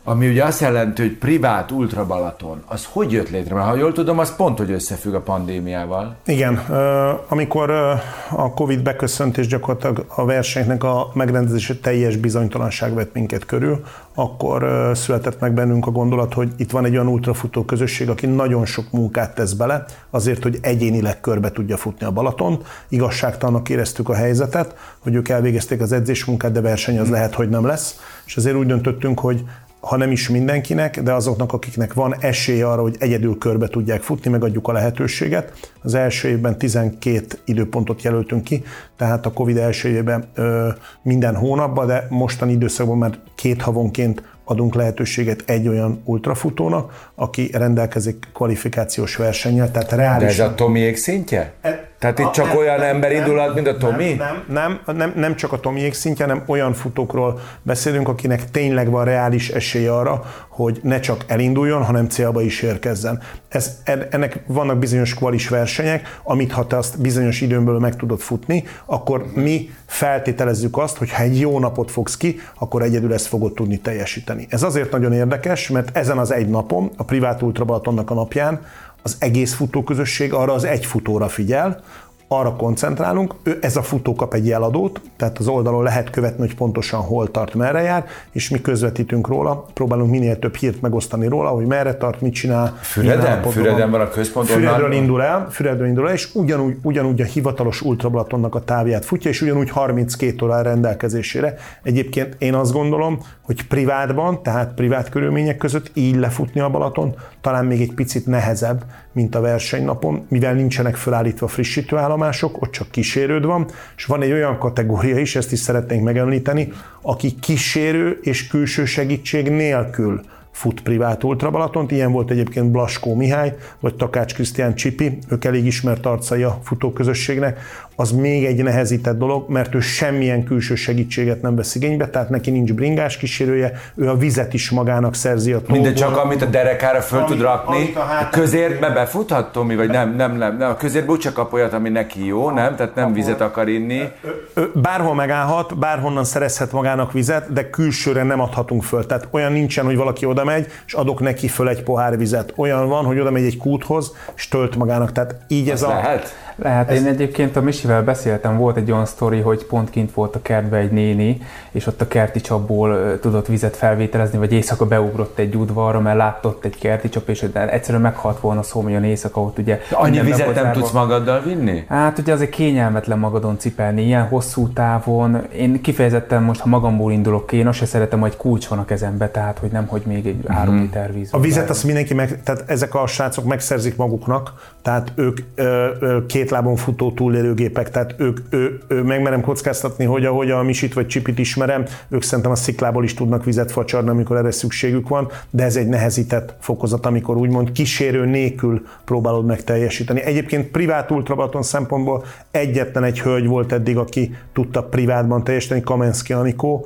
ami ugye azt jelenti, hogy privát Ultra Balaton. Az hogy jött létre? Mert ha jól tudom, az pont, hogy összefügg a pandémiával. Igen, amikor a Covid beköszönt, és gyakorlatilag a versenynek a megrendezése teljes bizonytalanság vett minket körül, akkor született meg bennünk a gondolat, hogy itt van egy olyan ultrafutó közösség, aki nagyon sok munkát tesz bele, azért, hogy egyénileg körbe tudja futni a Balatont. Igazságtalannak éreztük a helyzetet, hogy ők elvégezték az edzésmunkát, de verseny az lehet, hogy nem lesz. És azért úgy döntöttünk, hogy ha nem is mindenkinek, de azoknak, akiknek van esélye arra, hogy egyedül körbe tudják futni, megadjuk a lehetőséget. Az első évben tizenkét időpontot jelöltünk ki, tehát a Covid első évben ö, minden hónapban, de mostani időszakban már két havonként adunk lehetőséget egy olyan ultrafutónak, aki rendelkezik kvalifikációs versennyel, tehát reálisan... De ez a Tomiék szintje? E, tehát itt a, csak nem, olyan nem, ember nem, indulhat, mint a Tomi? Nem, nem, nem, nem, nem csak a Tomiék szintje, hanem olyan futókról beszélünk, akinek tényleg van reális esélye arra, hogy ne csak elinduljon, hanem célba is érkezzen. Ez, ennek vannak bizonyos kvalis versenyek, amit ha te azt bizonyos időnből meg tudod futni, akkor mi feltételezzük azt, hogy ha egy jó napot fogsz ki, akkor egyedül ezt fogod tudni teljesíteni. Ez azért nagyon érdekes, mert ezen az egy napon, a privát Ultra Balatonnak a napján az egész futóközösség arra az egy futóra figyel, arra koncentrálunk, ő, ez a futó kap egy jeladót, tehát az oldalon lehet követni, hogy pontosan hol tart, merre jár, és mi közvetítünk róla, próbálunk minél több hírt megosztani róla, hogy merre tart, mit csinál. Füreden? Füreden van a központ. Füredről indul el, Füredről indul el, és ugyanúgy, ugyanúgy a hivatalos Ultra Balatonnak a távját futja, és ugyanúgy harminckét óra rendelkezésére. Egyébként én azt gondolom, hogy privátban, tehát privát körülmények között így lefutni a Balaton talán még egy picit nehezebb, mint a versenynapon, mivel nincsenek felállítva frissítőállomások, ott csak kísérőd van, és van egy olyan kategória is, ezt is szeretnénk megemlíteni, aki kísérő és külső segítség nélkül fut privát Ultra Balatont, ilyen volt egyébként Blaskó Mihály, vagy Takács Krisztián Csipi, ők elég ismert arcai a futóközösségnek, az még egy nehezített dolog, mert ő semmilyen külső segítséget nem vesz igénybe, tehát neki nincs bringás kísérője, ő a vizet is magának szerzi a tóból. Minden csak amit a derekára föl tud rakni, a, a közértbe befuthat, Tomi, vagy nem, nem, nem, nem, a közértbe úgy csak kap olyat, ami neki jó, nem? Tehát nem vizet akar inni. Bárhol megállhat, bárhonnan szerezhet magának vizet, de külsőre nem adhatunk föl. Tehát olyan nincsen, hogy valaki oda megy, és adok neki föl egy pohár vizet. Olyan van, hogy oda megy egy kúthoz, és tölt magának. Tehát így ez az a... Lehet? Lehet. Én egyébként a Misivel beszéltem, volt egy olyan sztori, hogy pont kint volt a kertbe egy néni, és ott a kerti csapból tudott vizet felvételezni, vagy éjszaka beugrott egy udvarra, mert látott egy kerti csap, és egyszerűen meghalt volna szó, hogy a éjszaka ott ugye... De annyi vizet nem tudsz magaddal vinni? Hát ugye azért kényelmetlen magadon cipelni, ilyen hosszú távon. Én kifejezetten most, ha magamból indulok, én azt se szeretem, hogy kulcs van a kezembe, tehát hogy nem, hogy még egy mm-hmm. három liter víz. A vizet azt mindenki meg, tehát ezek a srácok megszerzik maguknak, tehát ők ö, ö, két lábon futó túlélőgépek, tehát ők ő, ő, megmerem kockáztatni, hogy ahogy a Misit vagy Csipit ismerem, ők szerintem a sziklából is tudnak vizet facsarni, amikor erre szükségük van, de ez egy nehezített fokozat, amikor úgymond kísérő nélkül próbálod meg teljesíteni. Egyébként privát Ultra Balaton szempontból egyetlen egy hölgy volt eddig, aki tudta privátban teljesíteni, Kamenszki Anikó.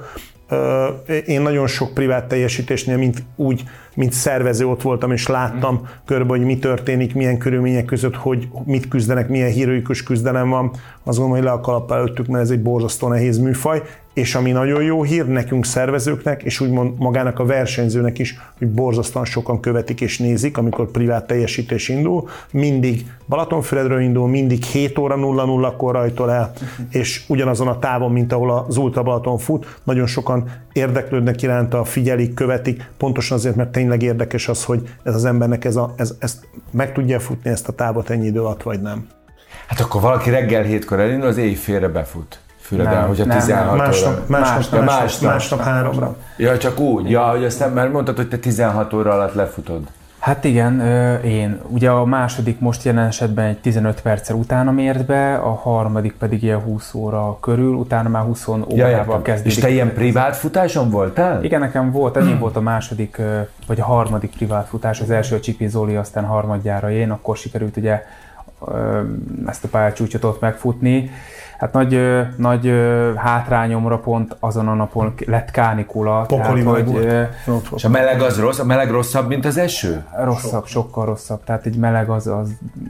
Én nagyon sok privát teljesítésnél, mint úgy, mint szervező ott voltam, és láttam mm. körbe, hogy mi történik, milyen körülmények között, hogy mit küzdenek, milyen heroikus küzdelem van. Azt gondolom, hogy le a kalappal előttük, mert ez egy borzasztó nehéz műfaj, és ami nagyon jó hír nekünk szervezőknek, és úgymond magának a versenyzőnek is, hogy borzasztóan sokan követik és nézik, amikor privát teljesítés indul, mindig Balatonfüredről indul, mindig hét óra nulla nullakor rajtol el, uh-huh. és ugyanazon a távon, mint ahol az Ultra Balaton fut, nagyon sokan érdeklődnek iránta, figyelik, követik, pontosan azért, mert tényleg érdekes az, hogy ez az embernek ez a, ez, ezt meg tudja futni ezt a távot ennyi idő alatt, vagy nem. Hát akkor valaki reggel hétkor elindul, az éjfélre befut. Füreden, hogyha tizenhat óra. Másnap, másnap, ja, másnap, másnap, másnap háromra. Ja, csak úgy. Ja, hogy aztán már mondtad, hogy te tizenhat óra alatt lefutod. Hát igen, én. Ugye a második most jelen esetben egy tizenöt perccel utána mért be, a harmadik pedig ilyen húsz óra körül, utána már húsz órával kezdődik. És te ilyen privát futáson voltál? Igen, nekem volt, enyém volt a második, vagy a harmadik privát futás, az első a Csipi Zoli, aztán harmadjára én, akkor sikerült ugye ezt a pályacsúcsot ott megfutni. Hát nagy, nagy hátrányomra pont azon a napon lett kánikula. Pokoli tehát, hogy, és a meleg az rossz? A meleg rosszabb, mint az eső? Rosszabb, sokkal rosszabb. Tehát egy meleg az, az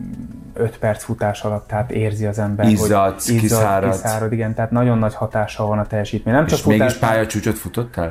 öt perc futás alatt, tehát érzi az ember, Izzadsz, hogy izzad, kiszáradsz. kiszárad. Igen, tehát nagyon nagy hatással van a teljesítmény. Nem csak és futás, mégis pályacsúcsot futottál?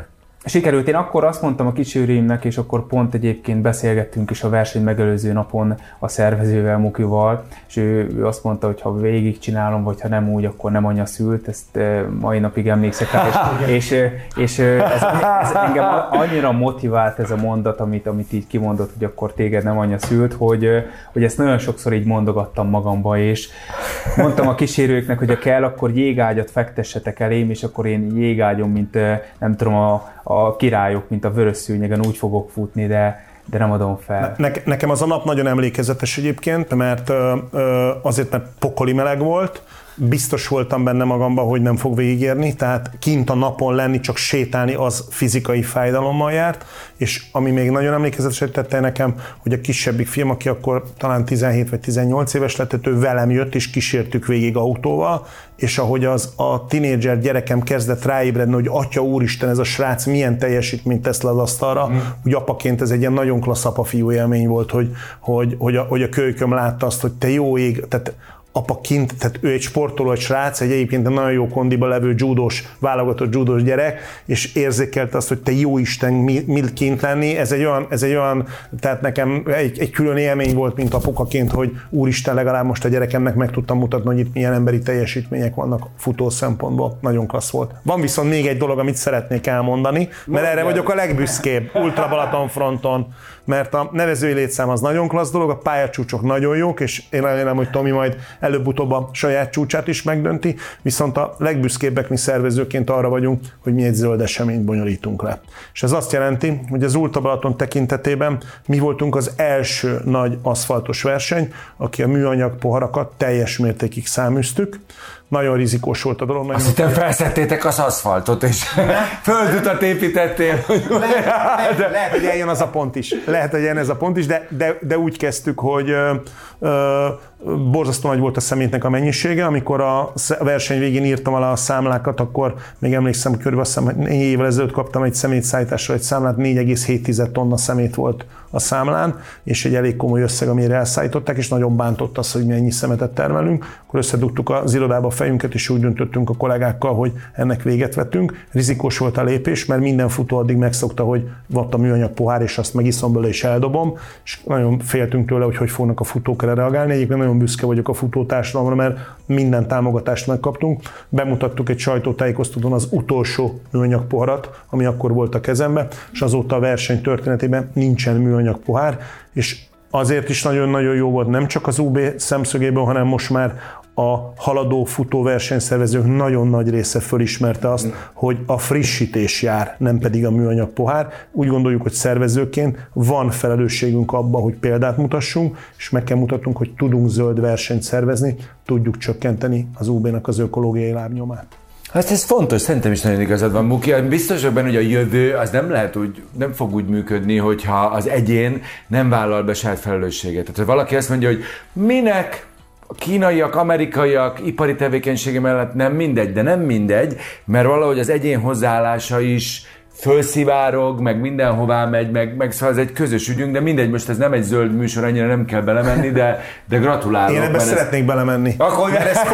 sikerült. Én akkor azt mondtam a kicsiőrimnek, és akkor pont egyébként beszélgettünk is a verseny megelőző napon a szervezővel, Mukival, és ő, ő azt mondta, hogy ha végigcsinálom, vagy ha nem úgy, akkor nem anya szült, ezt mai napig emlékszek rá, és, és, és ez, ez engem annyira motivált ez a mondat, amit, amit így kimondott, hogy akkor téged nem anya szült, hogy, hogy ezt nagyon sokszor így mondogattam magamba, és mondtam a kísérőknek, hogy ha kell, akkor jégágyat fektessetek elém, és akkor én jégágyon, mint nem tudom, a, a királyok, mint a vörös szőnyegen úgy fogok futni, de, de nem adom fel. Ne, nekem az a nap nagyon emlékezetes egyébként, mert ö, ö, azért, mert pokoli meleg volt, biztos voltam benne magamban, hogy nem fog végigérni, tehát kint a napon lenni, csak sétálni, az fizikai fájdalommal járt, és ami még nagyon emlékezetesé tette nekem, hogy a kisebbik fiam, aki akkor talán tizenhét vagy tizennyolc éves lett, ő velem jött, és kísértük végig autóval, és ahogy az a tinédzser gyerekem kezdett ráébredni, hogy atya úristen, ez a srác milyen teljesítményt tesz le az asztalra, mm. úgy apaként ez egy ilyen nagyon klassz apa-fiú élmény volt, hogy, hogy, hogy, a, hogy a kölyköm látta azt, hogy te jó ég, tehát apa kint, tehát ő egy sportoló, egy srác, egy egyébként egy nagyon jó kondiba levő judós, válogatott judós gyerek, és érzékelte azt, hogy te jó Isten, mi, mi kint lenni, ez egy olyan, ez egy olyan, tehát nekem egy, egy külön élmény volt, mint apukaként, hogy úristen, legalább most a gyerekemnek meg tudtam mutatni, hogy itt milyen emberi teljesítmények vannak futó szempontból. Nagyon klassz volt. Van viszont még egy dolog, amit szeretnék elmondani, mert erre vagyok a legbüszkébb, Ultra Balaton fronton, mert a nevezői létszám az nagyon klassz dolog, a pályacsúcsok nagyon jók, és én remélem, hogy Tomi majd előbb-utóbb a saját csúcsát is megdönti, viszont a legbüszkébbek mi szervezőként arra vagyunk, hogy mi egy zöld eseményt bonyolítunk le. És ez azt jelenti, hogy az Ultra Balaton tekintetében mi voltunk az első nagy aszfaltos verseny, aki a műanyag poharakat teljes mértékig száműztük. Nagyon rizikós volt a dolog. Azt hittem felszedtétek az aszfaltot, és földutat építettél. Lehet, lehet, lehet, hogy eljön az a pont is. Lehet, hogy eljön ez a pont is, de, de, de úgy kezdtük, hogy ö, ö, borzasztó nagy volt a szemétnek a mennyisége. Amikor a verseny végén írtam alá a számlákat, akkor még emlékszem, körülbelül négy évvel ezelőtt kaptam egy szemétszállításra egy számlát, négy egész hét tonna szemét volt a számlán, és egy elég komoly összeg, amire elszállították, és nagyon bántott az, hogy mennyi szemetet termelünk. Akkor összedugtuk az irodába a fejünket, és úgy döntöttünk a kollégákkal, hogy ennek véget vettünk. Rizikós volt a lépés, mert minden futó addig megszokta, hogy volt a műanyag pohár, és azt megiszom belőle és eldobom, és nagyon féltünk tőle, hogy hogy fognak a futók erre reagálni. Egyébként nagyon büszke vagyok a futótársadalomra, mert minden támogatást megkaptunk. Bemutattuk egy sajtótájékoztatón az utolsó műanyag poharat, ami akkor volt a kezembe, és azóta a verseny történetében nincsen műanyag pohár, és azért is nagyon-nagyon jó volt nem csak az u bé szemszögéből, hanem most már a haladó futó versenyszervezők nagyon nagy része fölismerte azt, mm. hogy a frissítés jár, nem pedig a műanyag pohár. Úgy gondoljuk, hogy szervezőként van felelősségünk abban, hogy példát mutassunk, és meg kell mutatnunk, hogy tudunk zöld versenyt szervezni, tudjuk csökkenteni az u bének az ökológiai lábnyomát. Hát ez fontos, szerintem is nagyon igazad van, Muki. Biztos vagyok benne, hogy a jövő az nem lehet úgy, nem fog úgy működni, hogyha az egyén nem vállal be saját felelősséget. Tehát, hogy valaki azt mondja, hogy minek a kínaiak, amerikaiak ipari tevékenysége mellett nem mindegy, de nem mindegy, mert valahogy az egyén hozzáállása is fölszivárog, meg mindenhová megy, meg, meg szóval ez egy közös ügyünk, de mindegy, most ez nem egy zöld műsor, annyira nem kell belemenni, de, de gratulálok. Én ebben szeretnék ez... belemenni. Akkor, mert ez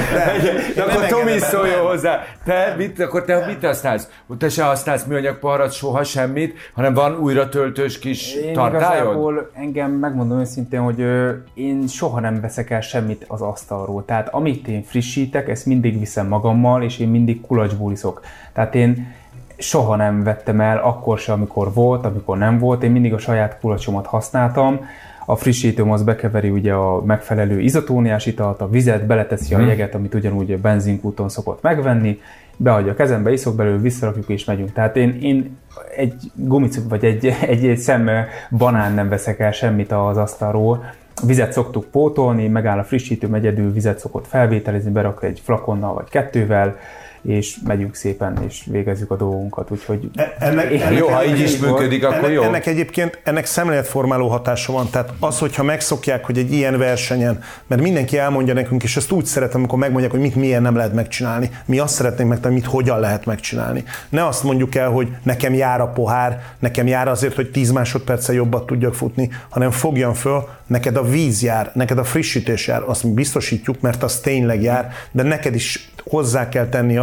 de akkor Tomi szóljon hozzá. Te mit, akkor te mit használsz? Te se használsz műanyag poharat, soha semmit, hanem van újra töltős kis én tartályod? Igazából engem megmondom őszintén, hogy ö, én soha nem veszek el semmit az asztalról. Tehát amit én frissítek, ezt mindig viszem magammal, és én mindig kulacsból iszok. Tehát én soha nem vettem el, akkor se, amikor volt, amikor nem volt. Én mindig a saját kulacsomat használtam. A frissítőm az bekeveri ugye a megfelelő izotóniás italt, a vizet, beleteszi hmm. a jeget, amit ugyanúgy a benzinkúton szokott megvenni, beadja a kezembe, iszok belőle, visszarakjuk és megyünk. Tehát én, én egy gumicuk vagy egy, egy, egy szem banán nem veszek el semmit az asztalról. Vizet szoktuk pótolni, megáll a frissítőm, egyedül vizet szokott felvételizni, berakni egy flakonnal vagy kettővel, és megyünk szépen, és végezzük a dolgunkat, úgyhogy... Ennek, ennek, jó, ha így is működik, akkor ennek, jó. Ennek egyébként ennek szemléletformáló hatása van, tehát az, hogyha megszokják, hogy egy ilyen versenyen, mert mindenki elmondja nekünk, és ezt úgy szeretem, amikor megmondják, hogy mit milyen nem lehet megcsinálni. Mi azt szeretnénk megtanulni, mit hogyan lehet megcsinálni. Ne azt mondjuk el, hogy nekem jár a pohár, nekem jár azért, hogy tíz másodperccel jobbat tudjak futni, hanem fogjam föl, neked a víz jár, neked a frissítés jár, azt mi biztosítjuk, mert az tényleg jár, de neked is hozzá kell tenni ahhoz,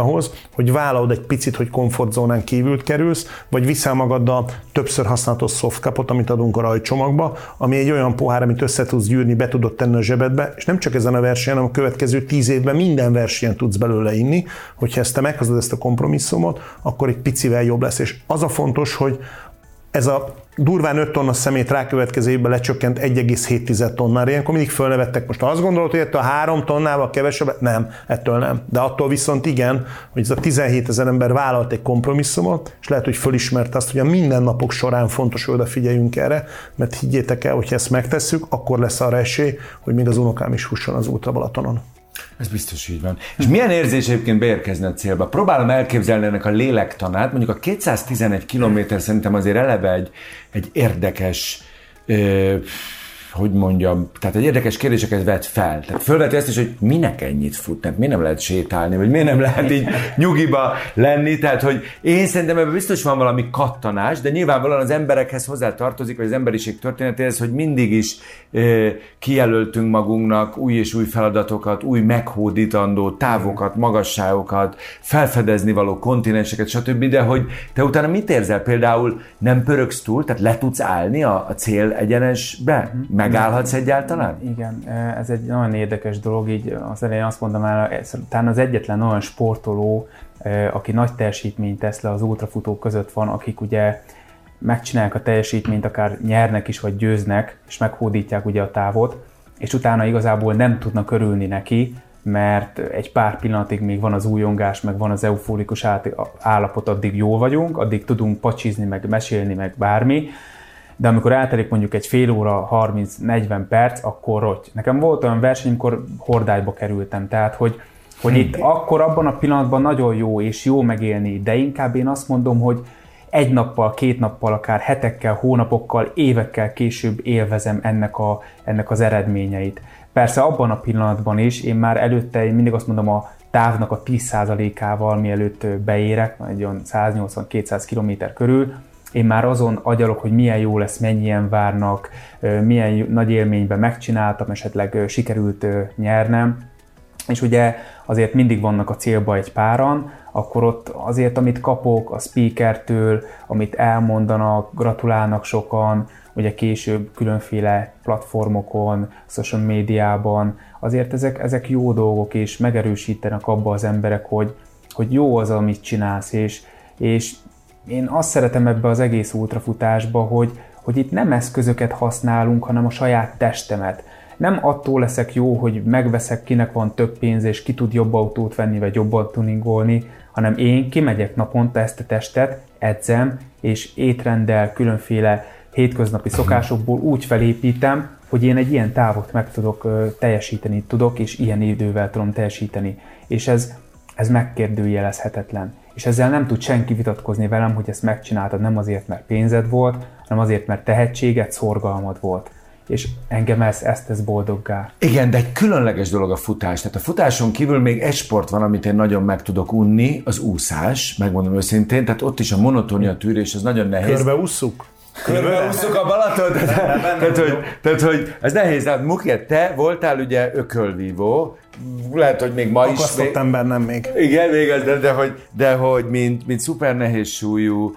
ahhoz, hogy vállalod egy picit, hogy komfortzónán kívül kerülsz, vagy viszel magaddal többször használatos softcupot, amit adunk a rajcsomagba, ami egy olyan pohár, amit össze tudsz gyűrni, be tudod tenni a zsebedbe, és nem csak ezen a versenyen, hanem a következő tíz évben minden versenyen tudsz belőle inni, hogyha ezt te meghozod ezt a kompromisszumot, akkor egy picivel jobb lesz. És az a fontos, hogy ez a durván öt tonna szemét rákövetkező évben lecsökkent egy egész hét tonnára. Ilyenkor mindig fölnevettek. Most azt gondolod, hogy ettől a három tonnával kevesebb? Nem, ettől nem. De attól viszont igen, hogy ez a tizenhétezer ember vállalt egy kompromisszumot, és lehet, hogy fölismerte azt, hogy a mindennapok során fontos, hogy odafigyeljünk erre, mert higgyétek el, hogy ezt megtesszük, akkor lesz arra esély, hogy még az unokám is fusson az Ultra Balatonon. Ez biztos így van. És milyen érzés egyébként beérkezni a célba? Próbálom elképzelni ennek a lélektanát. Mondjuk a kétszáztizenegy kilométer szerintem azért eleve egy, egy érdekes, ö, hogy mondjam, tehát egy érdekes kérdéseket vet fel. Tehát fölveti ezt is, hogy minek ennyit futni, miért nem lehet sétálni, vagy miért nem lehet így nyugiba lenni. Tehát, hogy én szerintem ebben biztos van valami kattanás, de nyilvánvalóan az emberekhez hozzá tartozik, vagy az emberiség történetéhez, hogy mindig is ö, kijelöltünk magunknak új és új feladatokat, új meghódítandó távokat, magasságokat, felfedezni való kontinenseket, stb. De hogy te utána mit érzel? Például nem pörögsz túl, tehát le tudsz állni a, a cél egyenesbe? Megállhatsz egyáltalán? Igen, ez egy nagyon érdekes dolog, így az elején azt mondom el, talán az egyetlen olyan sportoló, aki nagy teljesítményt tesz le az ultrafutók között van, akik ugye megcsinálják a teljesítményt, akár nyernek is, vagy győznek, és meghódítják ugye a távot, és utána igazából nem tudnak örülni neki, mert egy pár pillanatig még van az újongás, meg van az eufórikus állapot, addig jól vagyunk, addig tudunk pacsizni, meg mesélni, meg bármi, de amikor eltelik mondjuk egy fél óra, harminc-negyven perc, akkor rotty. Nekem volt olyan verseny, amikor hordályba kerültem, tehát hogy, hogy itt akkor abban a pillanatban nagyon jó és jó megélni, de inkább én azt mondom, hogy egy nappal, két nappal, akár hetekkel, hónapokkal, évekkel később élvezem ennek, a, ennek az eredményeit. Persze abban a pillanatban is, én már előtte, én mindig azt mondom, a távnak a tíz százalékával, mielőtt beérek, egy olyan száznyolcvan-kétszáz kilométer körül, én már azon agyalok, hogy milyen jó lesz, mennyien várnak, milyen nagy élményben megcsináltam, esetleg sikerült nyernem. És ugye azért mindig vannak a célba egy páran, akkor ott azért, amit kapok a speakertől, amit elmondanak, gratulálnak sokan, ugye később különféle platformokon, social médiában, azért ezek, ezek jó dolgok, és megerősítenek abba az emberek, hogy, hogy jó az, amit csinálsz, és, és én azt szeretem ebbe az egész ultrafutásba, hogy, hogy itt nem eszközöket használunk, hanem a saját testemet. Nem attól leszek jó, hogy megveszek, kinek van több pénz, és ki tud jobb autót venni, vagy jobban tuningolni, hanem én kimegyek naponta ezt a testet, edzem, és étrendel, különféle hétköznapi szokásokból úgy felépítem, hogy én egy ilyen távot meg tudok teljesíteni tudok, és ilyen idővel tudom teljesíteni. És ez, ez megkérdőjelezhetetlen. És ezzel nem tud senki vitatkozni velem, hogy ezt megcsináltad nem azért, mert pénzed volt, hanem azért, mert tehetséged, szorgalmad volt. És engem ez, ezt tesz boldoggá. Igen, de egy különleges dolog a futás. Tehát a futáson kívül még egy sport van, amit én nagyon meg tudok unni, az úszás, megmondom őszintén, tehát ott is a monotónia tűrés, az nagyon nehéz. Körbeússzuk? Körbeússzuk a Balaton, tehát, tehát, hogy, tehát, hogy ez nehéz. Hát Muki, te voltál ugye ökölvívó, lehet, hogy még ma is... Akasztott ember, nem még. Igen, még az, de, de, hogy, de hogy mint, mint szuper nehéz súlyú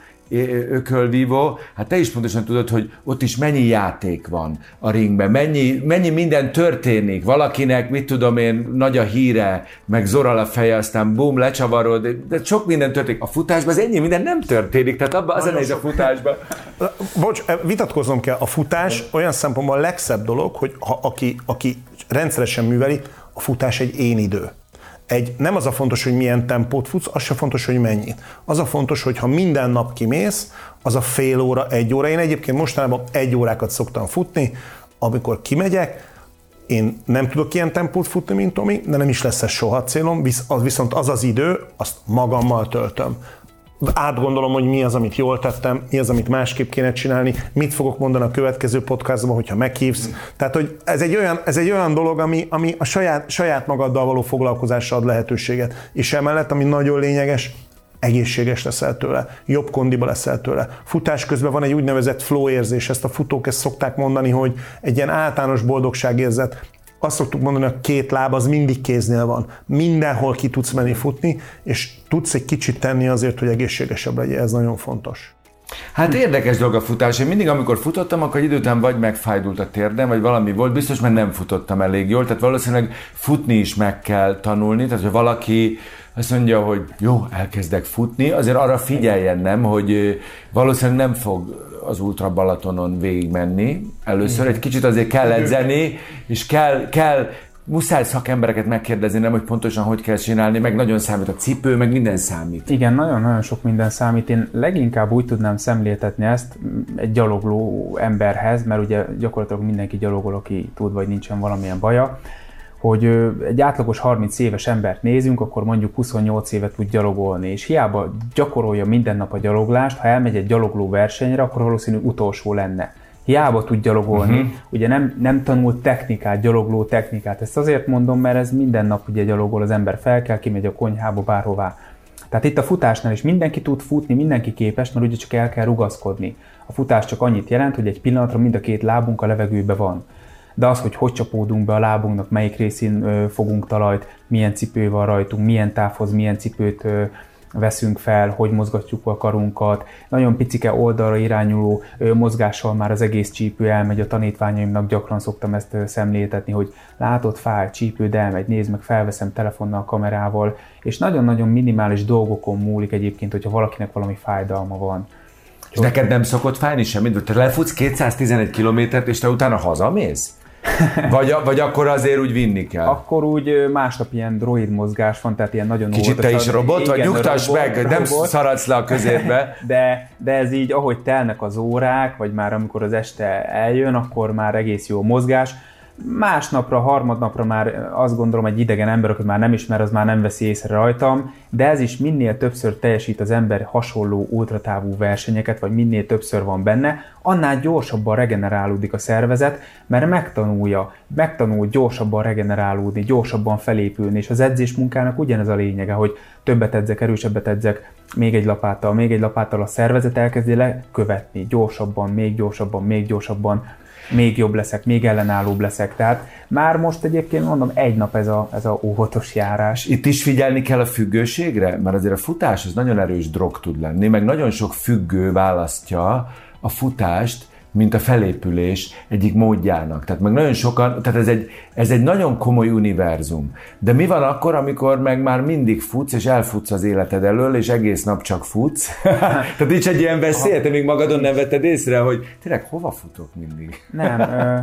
ökölvívó, hát te is pontosan tudod, hogy ott is mennyi játék van a ringben, mennyi, mennyi minden történik. Valakinek, mit tudom én, nagy a híre, meg zorral a feje, aztán bum, lecsavarod, de sok minden történik. A futásban az ennyi minden nem történik, tehát abban az a nehéz a futásban. Bocs, vitatkoznom kell, a futás olyan szempontból a legszebb dolog, hogy ha aki, aki rendszeresen műveli, a futás egy én idő. Egy, nem az a fontos, hogy milyen tempót futsz, az se fontos, hogy mennyit. Az a fontos, hogy ha minden nap kimész, az a fél óra, egy óra. Én egyébként mostanában egy órákat szoktam futni, amikor kimegyek, én nem tudok ilyen tempót futni, mint Tomi, de nem is lesz ez soha célom, viszont az az idő, azt magammal töltöm. Átgondolom, hogy mi az, amit jól tettem, mi az, amit másképp kéne csinálni, mit fogok mondani a következő podcastban, hogyha meghívsz. Tehát, hogy ez egy olyan, ez egy olyan dolog, ami, ami a saját, saját magaddal való foglalkozásra ad lehetőséget. És emellett, ami nagyon lényeges, egészséges leszel tőle, jobb kondiba leszel tőle. Futás közben van egy úgynevezett flow érzés, ezt a futók ezt szokták mondani, hogy egy ilyen általános boldogságérzet. azt szoktuk mondani, hogy a két láb az mindig kéznél van. Mindenhol ki tudsz menni futni, és tudsz egy kicsit tenni azért, hogy egészségesebb legyen, ez nagyon fontos. Hát érdekes dolog a futás. Én mindig, amikor futottam, akkor egy idő után vagy megfájdult a térdem, vagy valami volt, biztos, mert nem futottam elég jól, tehát valószínűleg futni is meg kell tanulni, tehát hogy valaki azt mondja, hogy jó, elkezdek futni, azért arra figyeljen, nem, hogy valószínűleg nem fog az Ultra Balatonon végigmenni. Először egy kicsit azért kell edzeni, és kell, kell muszáj szakembereket megkérdezni, nem, hogy pontosan hogy kell csinálni, meg nagyon számít a cipő, meg minden számít. Igen, nagyon-nagyon sok minden számít. Én leginkább úgy tudnám szemléltetni ezt egy gyalogló emberhez, mert ugye gyakorlatilag mindenki gyalogol, aki tud, vagy nincsen valamilyen baja, hogy egy átlagos harminc éves embert nézünk, akkor mondjuk huszonnyolc évet tud gyalogolni, és hiába gyakorolja minden nap a gyaloglást, ha elmegy egy gyalogló versenyre, akkor valószínűleg utolsó lenne. Hiába tud gyalogolni, uh-huh. ugye nem, nem tanult technikát, gyalogló technikát. Ezt azért mondom, mert ez minden nap ugye gyalogol az ember, fel kell, kimegy a konyhába, bárhová. Tehát itt a futásnál is mindenki tud futni, mindenki képes, mert ugye csak el kell rugaszkodni. A futás csak annyit jelent, hogy egy pillanatra mind a két lábunk a levegőben van. De az, hogy hogy csapódunk be a lábunknak, melyik részén ö, fogunk talajt, milyen cipő van rajtunk, milyen távhoz milyen cipőt ö, veszünk fel, hogy mozgatjuk a karunkat, nagyon picike oldalra irányuló ö, mozgással már az egész csípő elmegy, a tanítványaimnak gyakran szoktam ezt ö, szemléltetni, hogy látod, fáj, csípőd elmegy, nézd meg, felveszem telefonnal, kamerával, és nagyon-nagyon minimális dolgokon múlik egyébként, hogyha valakinek valami fájdalma van. És neked nem szokott fájni semmit? Te lefutsz kétszáztizenegy kilométert, és te utána hazamész? Vagy, vagy akkor azért úgy vinni kell? Akkor úgy másnap ilyen droid mozgás van, tehát ilyen nagyon kicsit te is robot, igen, vagy nyugtass robot, meg, robot. Nem szaradsz le a közérbe. De, de ez így, ahogy telnek az órák, vagy már amikor az este eljön, akkor már egész jó mozgás. Másnapra, harmadnapra már azt gondolom, egy idegen ember, akit már nem ismer, az már nem veszi észre rajtam, de ez is minél többször teljesít az ember hasonló ultratávú versenyeket, vagy minél többször van benne, annál gyorsabban regenerálódik a szervezet, mert megtanulja, megtanul gyorsabban regenerálódni, gyorsabban felépülni, és az edzésmunkának ugyanez a lényege, hogy többet edzek, erősebbet edzek, még egy lapáttal, még egy lapáttal a szervezet elkezdi lekövetni, gyorsabban, még gyorsabban, még gyorsabban, még jobb leszek, még ellenállóbb leszek. Tehát már most egyébként mondom, egy nap ez a, ez a óvatos járás. Itt is figyelni kell a függőségre, mert azért a futás az nagyon erős drog tud lenni, meg nagyon sok függő választja a futást, mint a felépülés egyik módjának. Tehát meg nagyon sokan, tehát ez egy, ez egy nagyon komoly univerzum. De mi van akkor, amikor meg már mindig futsz, és elfutsz az életed elől, és egész nap csak futsz? Tehát nincs egy ilyen veszély, te még magadon nem vetted észre, hogy tényleg hova futok mindig? Nem. Ö...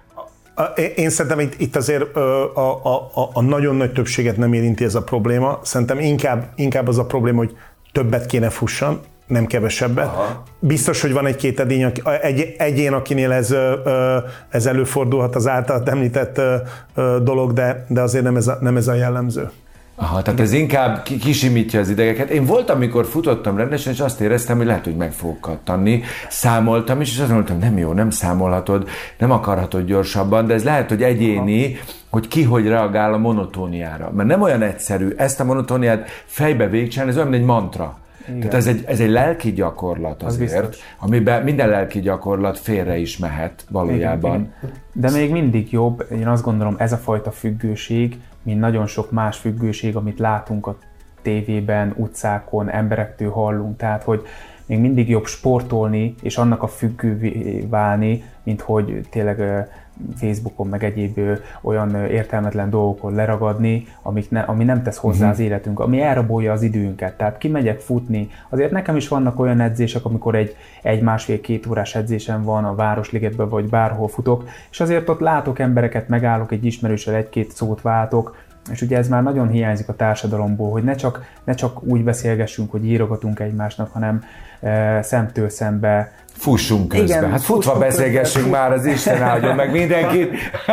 Én szerintem itt, itt azért a, a, a, a nagyon nagy többséget nem érinti ez a probléma. Szerintem inkább, inkább az a probléma, hogy többet kéne fussan, nem kevesebbet. Aha. Biztos, hogy van egy-két edény, egy, egyén, akinél ez, ez előfordulhat, az általad említett dolog, de, de azért nem ez a, nem ez a jellemző. Aha, tehát ez inkább kisimítja az idegeket. Én voltam, amikor futottam rendesen, és azt éreztem, hogy lehet, hogy meg fogok kattanni. Számoltam is, és azt mondtam, nem jó, nem számolhatod, nem akarhatod gyorsabban, de ez lehet, hogy egyéni, aha, hogy ki hogy reagál a monotóniára. Mert nem olyan egyszerű ezt a monotóniát fejbe végigcsinálni, ez olyan, mint egy mantra. Igen. Tehát ez egy, ez egy lelki gyakorlat azért, az amiben minden lelki gyakorlat félre is mehet valójában. Igen, igen. De még mindig jobb, én azt gondolom, ez a fajta függőség, mint nagyon sok más függőség, amit látunk a tévében, utcákon, emberektől hallunk, tehát hogy még mindig jobb sportolni, és annak a függővé válni, mint hogy tényleg Facebookon, meg egyéb olyan értelmetlen dolgokon leragadni, amik ne, ami nem tesz hozzá az életünk, ami elrabolja az időnket. Tehát kimegyek futni. Azért nekem is vannak olyan edzések, amikor egy, egy másfél-két órás edzésem van a Városligetben, vagy bárhol futok, és azért ott látok embereket, megállok egy ismerőssel, egy-két szót váltok, és ugye ez már nagyon hiányzik a társadalomból, hogy ne csak, ne csak úgy beszélgessünk, hogy írogatunk egymásnak, hanem e, szemtől szembe. Fussunk közben. Igen, hát futva beszélgessünk közben. Már, az Isten áldjon meg mindenkit.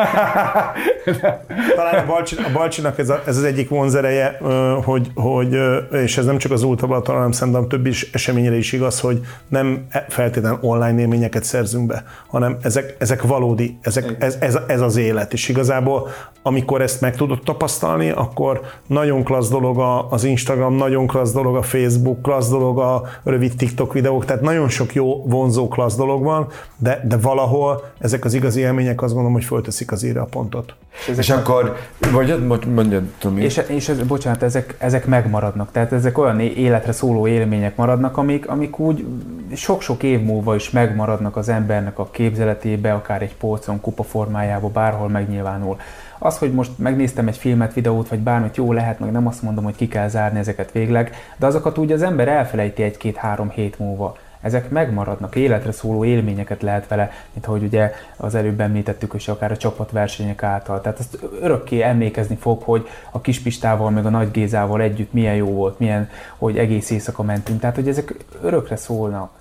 Talán a, Balcsi, a Balcsinak ez, a, ez az egyik vonzereje, hogy, hogy, és ez nem csak az Ultra Balaton, hanem szerintem több is eseményre is igaz, hogy nem feltétlenül online élményeket szerzünk be, hanem ezek, ezek valódi, ezek, ez, ez, ez az élet. És igazából, amikor ezt meg tudod tapasztalni, akkor nagyon klassz dolog az Instagram, nagyon klassz dolog a Facebook, klassz dolog a rövid TikTok TikTok videók, tehát nagyon sok jó, vonzó, klassz dolog van, de, de valahol ezek az igazi élmények azt gondolom, hogy fölteszik az íre a pontot. És, és akkor, mondjad, mondjad, Tomi. És, és ez, bocsánat, ezek, ezek megmaradnak, tehát ezek olyan életre szóló élmények maradnak, amik, amik úgy sok-sok év múlva is megmaradnak az embernek a képzeletébe, akár egy polcon, kupa formájában, bárhol megnyilvánul. Az, hogy most megnéztem egy filmet, videót, vagy bármit, jó lehet, meg nem azt mondom, hogy ki kell zárni ezeket végleg, de azokat úgy az ember elfelejti egy-két-három hét múlva. Ezek megmaradnak, életre szóló élményeket lehet vele, mint ahogy ugye az előbb említettük, és akár a csapatversenyek által. Tehát azt örökké emlékezni fog, hogy a Kis Pistával, meg a Nagy Gézával együtt milyen jó volt, milyen, hogy egész éjszaka mentünk. Tehát, hogy ezek örökre szólnak.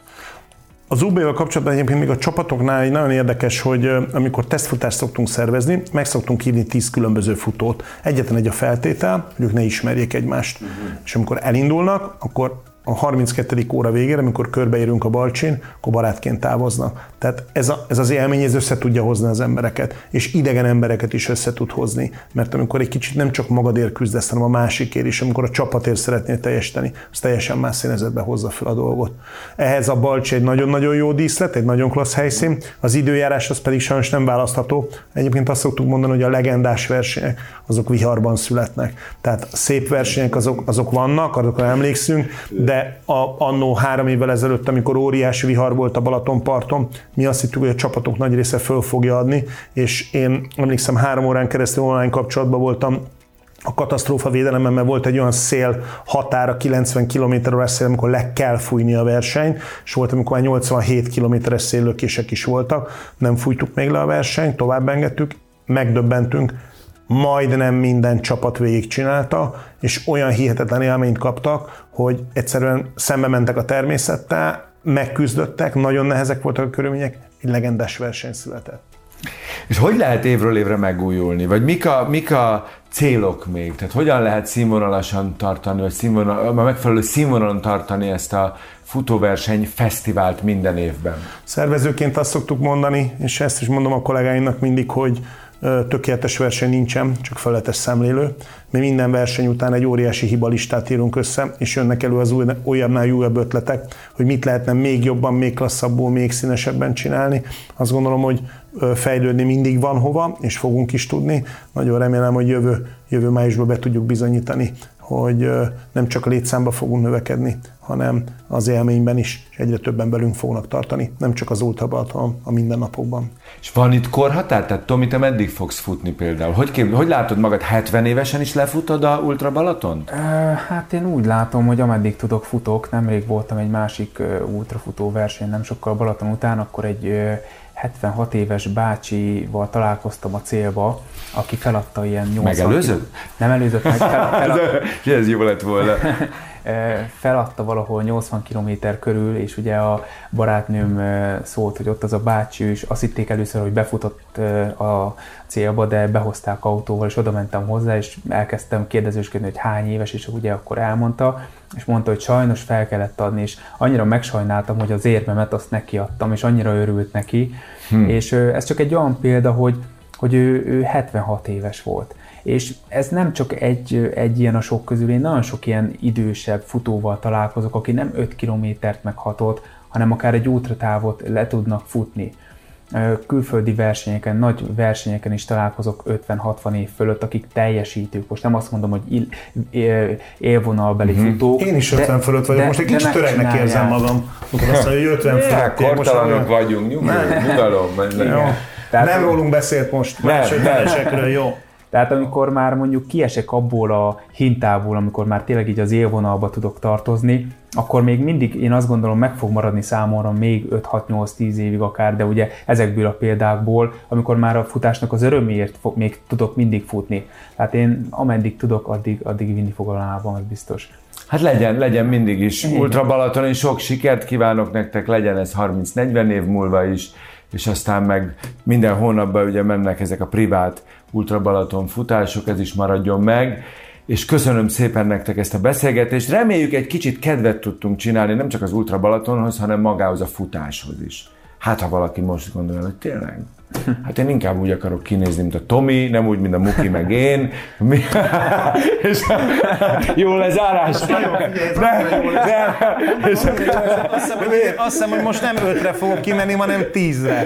Az u bé-vel kapcsolatban egyébként még a csapatoknál nagyon érdekes, hogy amikor tesztfutást szoktunk szervezni, meg szoktunk hívni tíz különböző futót. Egyetlen egy a feltétel, hogy ők ne ismerjék egymást. Uh-huh. És amikor elindulnak, akkor a harminckettedik óra végére, amikor körbeérünk a Balcsin, akkor barátként távoznak. Tehát ez, a, ez az élmény, ez össze tudja hozni az embereket, és idegen embereket is össze tud hozni. Mert amikor egy kicsit nem csak magadért küzdesz, hanem a másikért is, amikor a csapatért szeretnél teljesíteni, az teljesen más színezetbe hozza fel a dolgot. Ehhez a Balcsi egy nagyon-nagyon jó díszlet, egy nagyon klassz helyszín, az időjárás az pedig sajnos nem választható. Egyébként azt szoktuk mondani, hogy a legendás versenyek, azok viharban születnek. Tehát szép versenyek azok, azok vannak, azokra emlékszünk, de A, annó három évvel ezelőtt, amikor óriási vihar volt a Balatonparton, mi azt hittük, hogy a csapatok nagy része föl fogja adni, és én emlékszem, három órán keresztül online kapcsolatban voltam a katasztrófa védelemmel, mert volt egy olyan szél határa, kilencven kilométeres szél, amikor le kell fújni a versenyt, és volt, amikor már nyolcvanhét kilométeres széllökések is voltak, nem fújtuk még le a versenyt, tovább engedtük, megdöbbentünk, majdnem minden csapat végigcsinálta, és olyan hihetetlen élményt kaptak, hogy egyszerűen szembe mentek a természettel, megküzdöttek, nagyon nehezek voltak a körülmények, egy legendás verseny született. És hogy lehet évről évre megújulni? Vagy mik a, mik a célok még? Tehát hogyan lehet színvonalasan tartani, vagy színvonal, megfelelő színvonalon tartani ezt a futóverseny fesztivált minden évben? Szervezőként azt szoktuk mondani, és ezt is mondom a kollégáimnak mindig, hogy tökéletes verseny nincsen, csak felettes szemlélő. Mi minden verseny után egy óriási hibalistát írunk össze, és jönnek elő az új, újabbnál újabb ötletek, hogy mit lehetne még jobban, még klasszabbul, még színesebben csinálni. Azt gondolom, hogy fejlődni mindig van hova, és fogunk is tudni. Nagyon remélem, hogy jövő, jövő májusban be tudjuk bizonyítani, hogy nem csak a létszámba fogunk növekedni, hanem az élményben is, és egyre többen belünk fognak tartani, nem csak az Ultra Balaton, a mindennapokban. És van itt korhatár? Tehát Tomi, te meddig fogsz futni például? Hogy, kép, hogy látod magad, hetven évesen is lefutod a Ultra Balatont? Hát én úgy látom, hogy ameddig tudok futok, nemrég voltam egy másik ultrafutó verseny, nem sokkal Balaton után, akkor egy hetvenhat éves bácsival találkoztam a célba, aki feladta ilyen nyolcvan... Megelőzött? Nem előzött meg, fel, feladta... Ez jó lett volna. Feladta valahol nyolcvan kilométer körül, és ugye a barátnőm szólt, hogy ott az a bácsi, és azt hitték először, hogy befutott a célba, de behozták autóval, és oda mentem hozzá, és elkezdtem kérdezősködni, hogy hány éves, és ugye akkor elmondta, és mondta, hogy sajnos fel kellett adni, és annyira megsajnáltam, hogy az érmemet azt nekiadtam, és annyira örült neki, hmm. és ez csak egy olyan példa, hogy, hogy ő, ő hetvenhat éves volt. És ez nem csak egy, egy ilyen a sok közül, én nagyon sok ilyen idősebb futóval találkozok, aki nem öt kilométert meg hatot, hanem akár egy ultratávot le tudnak futni. Külföldi versenyeken, nagy versenyeken is találkozok ötven-hatvan év fölött, akik teljesítők. Most nem azt mondom, hogy il, élvonalbeli mm-hmm. futók. Én is ötven de, fölött vagyok, de, most egy kicsit öregnek érzem magam. Akkor azt mondja, hogy ötven fölött. Kortalanok vagyunk, nyugalom. Nem rólunk beszélt most, máshogy versenyekről, jó. Tehát amikor már mondjuk kiesek abból a hintából, amikor már tényleg így az élvonalba tudok tartozni, akkor még mindig én azt gondolom meg fog maradni számomra még öt-hat-nyolc-tíz évig akár, de ugye ezekből a példákból, amikor már a futásnak az öröméért fog, még tudok mindig futni. Tehát én ameddig tudok, addig, addig vinni fog a lábam, az biztos. Hát legyen, legyen mindig is. Ultra Balatonon sok sikert kívánok nektek, legyen ez harminc-negyven év múlva is, és aztán meg minden hónapban ugye mennek ezek a privát Ultra Balaton futások, ez is maradjon meg, és köszönöm szépen nektek ezt a beszélgetést, reméljük egy kicsit kedvet tudtunk csinálni, nem csak az Ultra Balatonhoz, hanem magához a futáshoz is. Hát ha valaki most gondolja, hogy tényleg Hát én inkább úgy akarok kinézni, mint a Tomi, nem úgy, mint a Muki, meg én. Mi? És jó lezárás. Nem, nem. Azt hiszem, hogy most nem ötre fogok kimenni, hanem tízre.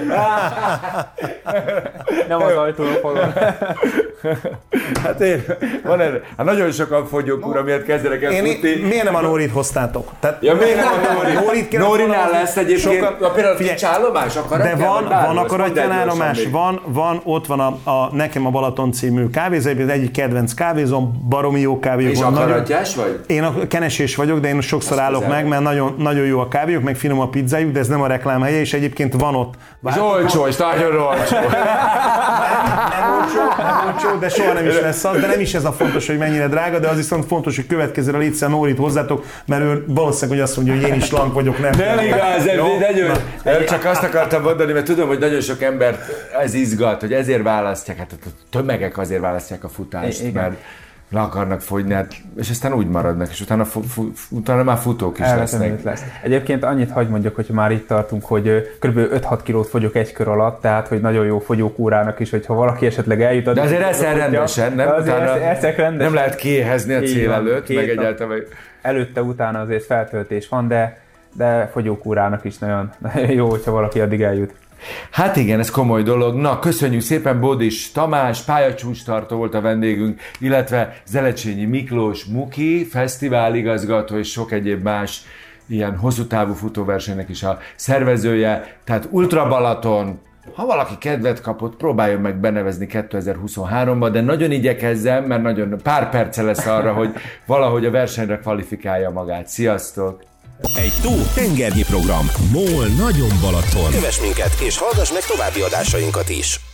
Nem az ajtóra fogom. Hát én, van erre. Hát nagyon sokan fogyók, ura, miért kezdenek el futni. Miért nem a Nórit hoztátok? Tehát, ja, miért nem a Nórit? Nórit Nórinál lesz egyébként, sokkal, például nincs állomás, akaratján? De van, van akaratján állomás, van, van, ott van a, a Nekem a Balaton című kávézó, az egyik kedvenc kávézom, baromi jó kávéjuk. És van. akaratjás vagy? Én a kenesés vagyok, de én sokszor azt állok meg, mert nagyon, nagyon jó a kávéjuk, meg finom a pizzájuk, de ez nem a reklámhelye, és egyébként van ott. És olcsó, és nagyon olcsó. Nem olcsó, nem olcsó, de soha nem is lesz az, de nem is ez a fontos, hogy mennyire drága, de az viszont fontos, hogy következőre létszel Nórit hozzátok, mert ő valószínűleg, hogy azt mondja, hogy én is slank vagyok, nem. Nem igaz, ez nagyon, nem, csak azt akartam mondani, mert tudom, hogy nagyon sok embert ez izgat, hogy ezért választják, hát a tömegek azért választják a futást, igen, mert le akarnak fogyni, hát, és aztán úgy maradnak, és utána, fu, fu, utána már futók is lesznek. Lesz. Egyébként annyit hagy mondjak, hogy már itt tartunk, hogy kb. öt-hat kilót fogyok egy kör alatt, tehát hogy nagyon jó fogyókúrának is, hogyha valaki esetleg eljut. De azért eszel rendesen, nem? Utána rendesen. Nem lehet kiéhezni a cél van, előtt, meg egyáltalán. Előtte, utána azért feltöltés van, de, de fogyókúrának is nagyon, nagyon jó, hogyha valaki addig eljut. Hát igen, ez komoly dolog. Na, köszönjük szépen, Bódis Tamás, pályacsúcstartó volt a vendégünk, illetve Zelecsényi Miklós Muki, fesztiváligazgató és sok egyéb más ilyen hosszú távú futóversenynek is a szervezője. Tehát Ultra Balaton, ha valaki kedvet kapott, próbáljon meg benevezni kétezer-huszonháromba, de nagyon igyekezzem, mert nagyon pár perce lesz arra, hogy valahogy a versenyre kvalifikálja magát. Sziasztok! Egy tó tengernyi program. MOL nagyon Balaton. Kövess minket és hallgass meg további adásainkat is.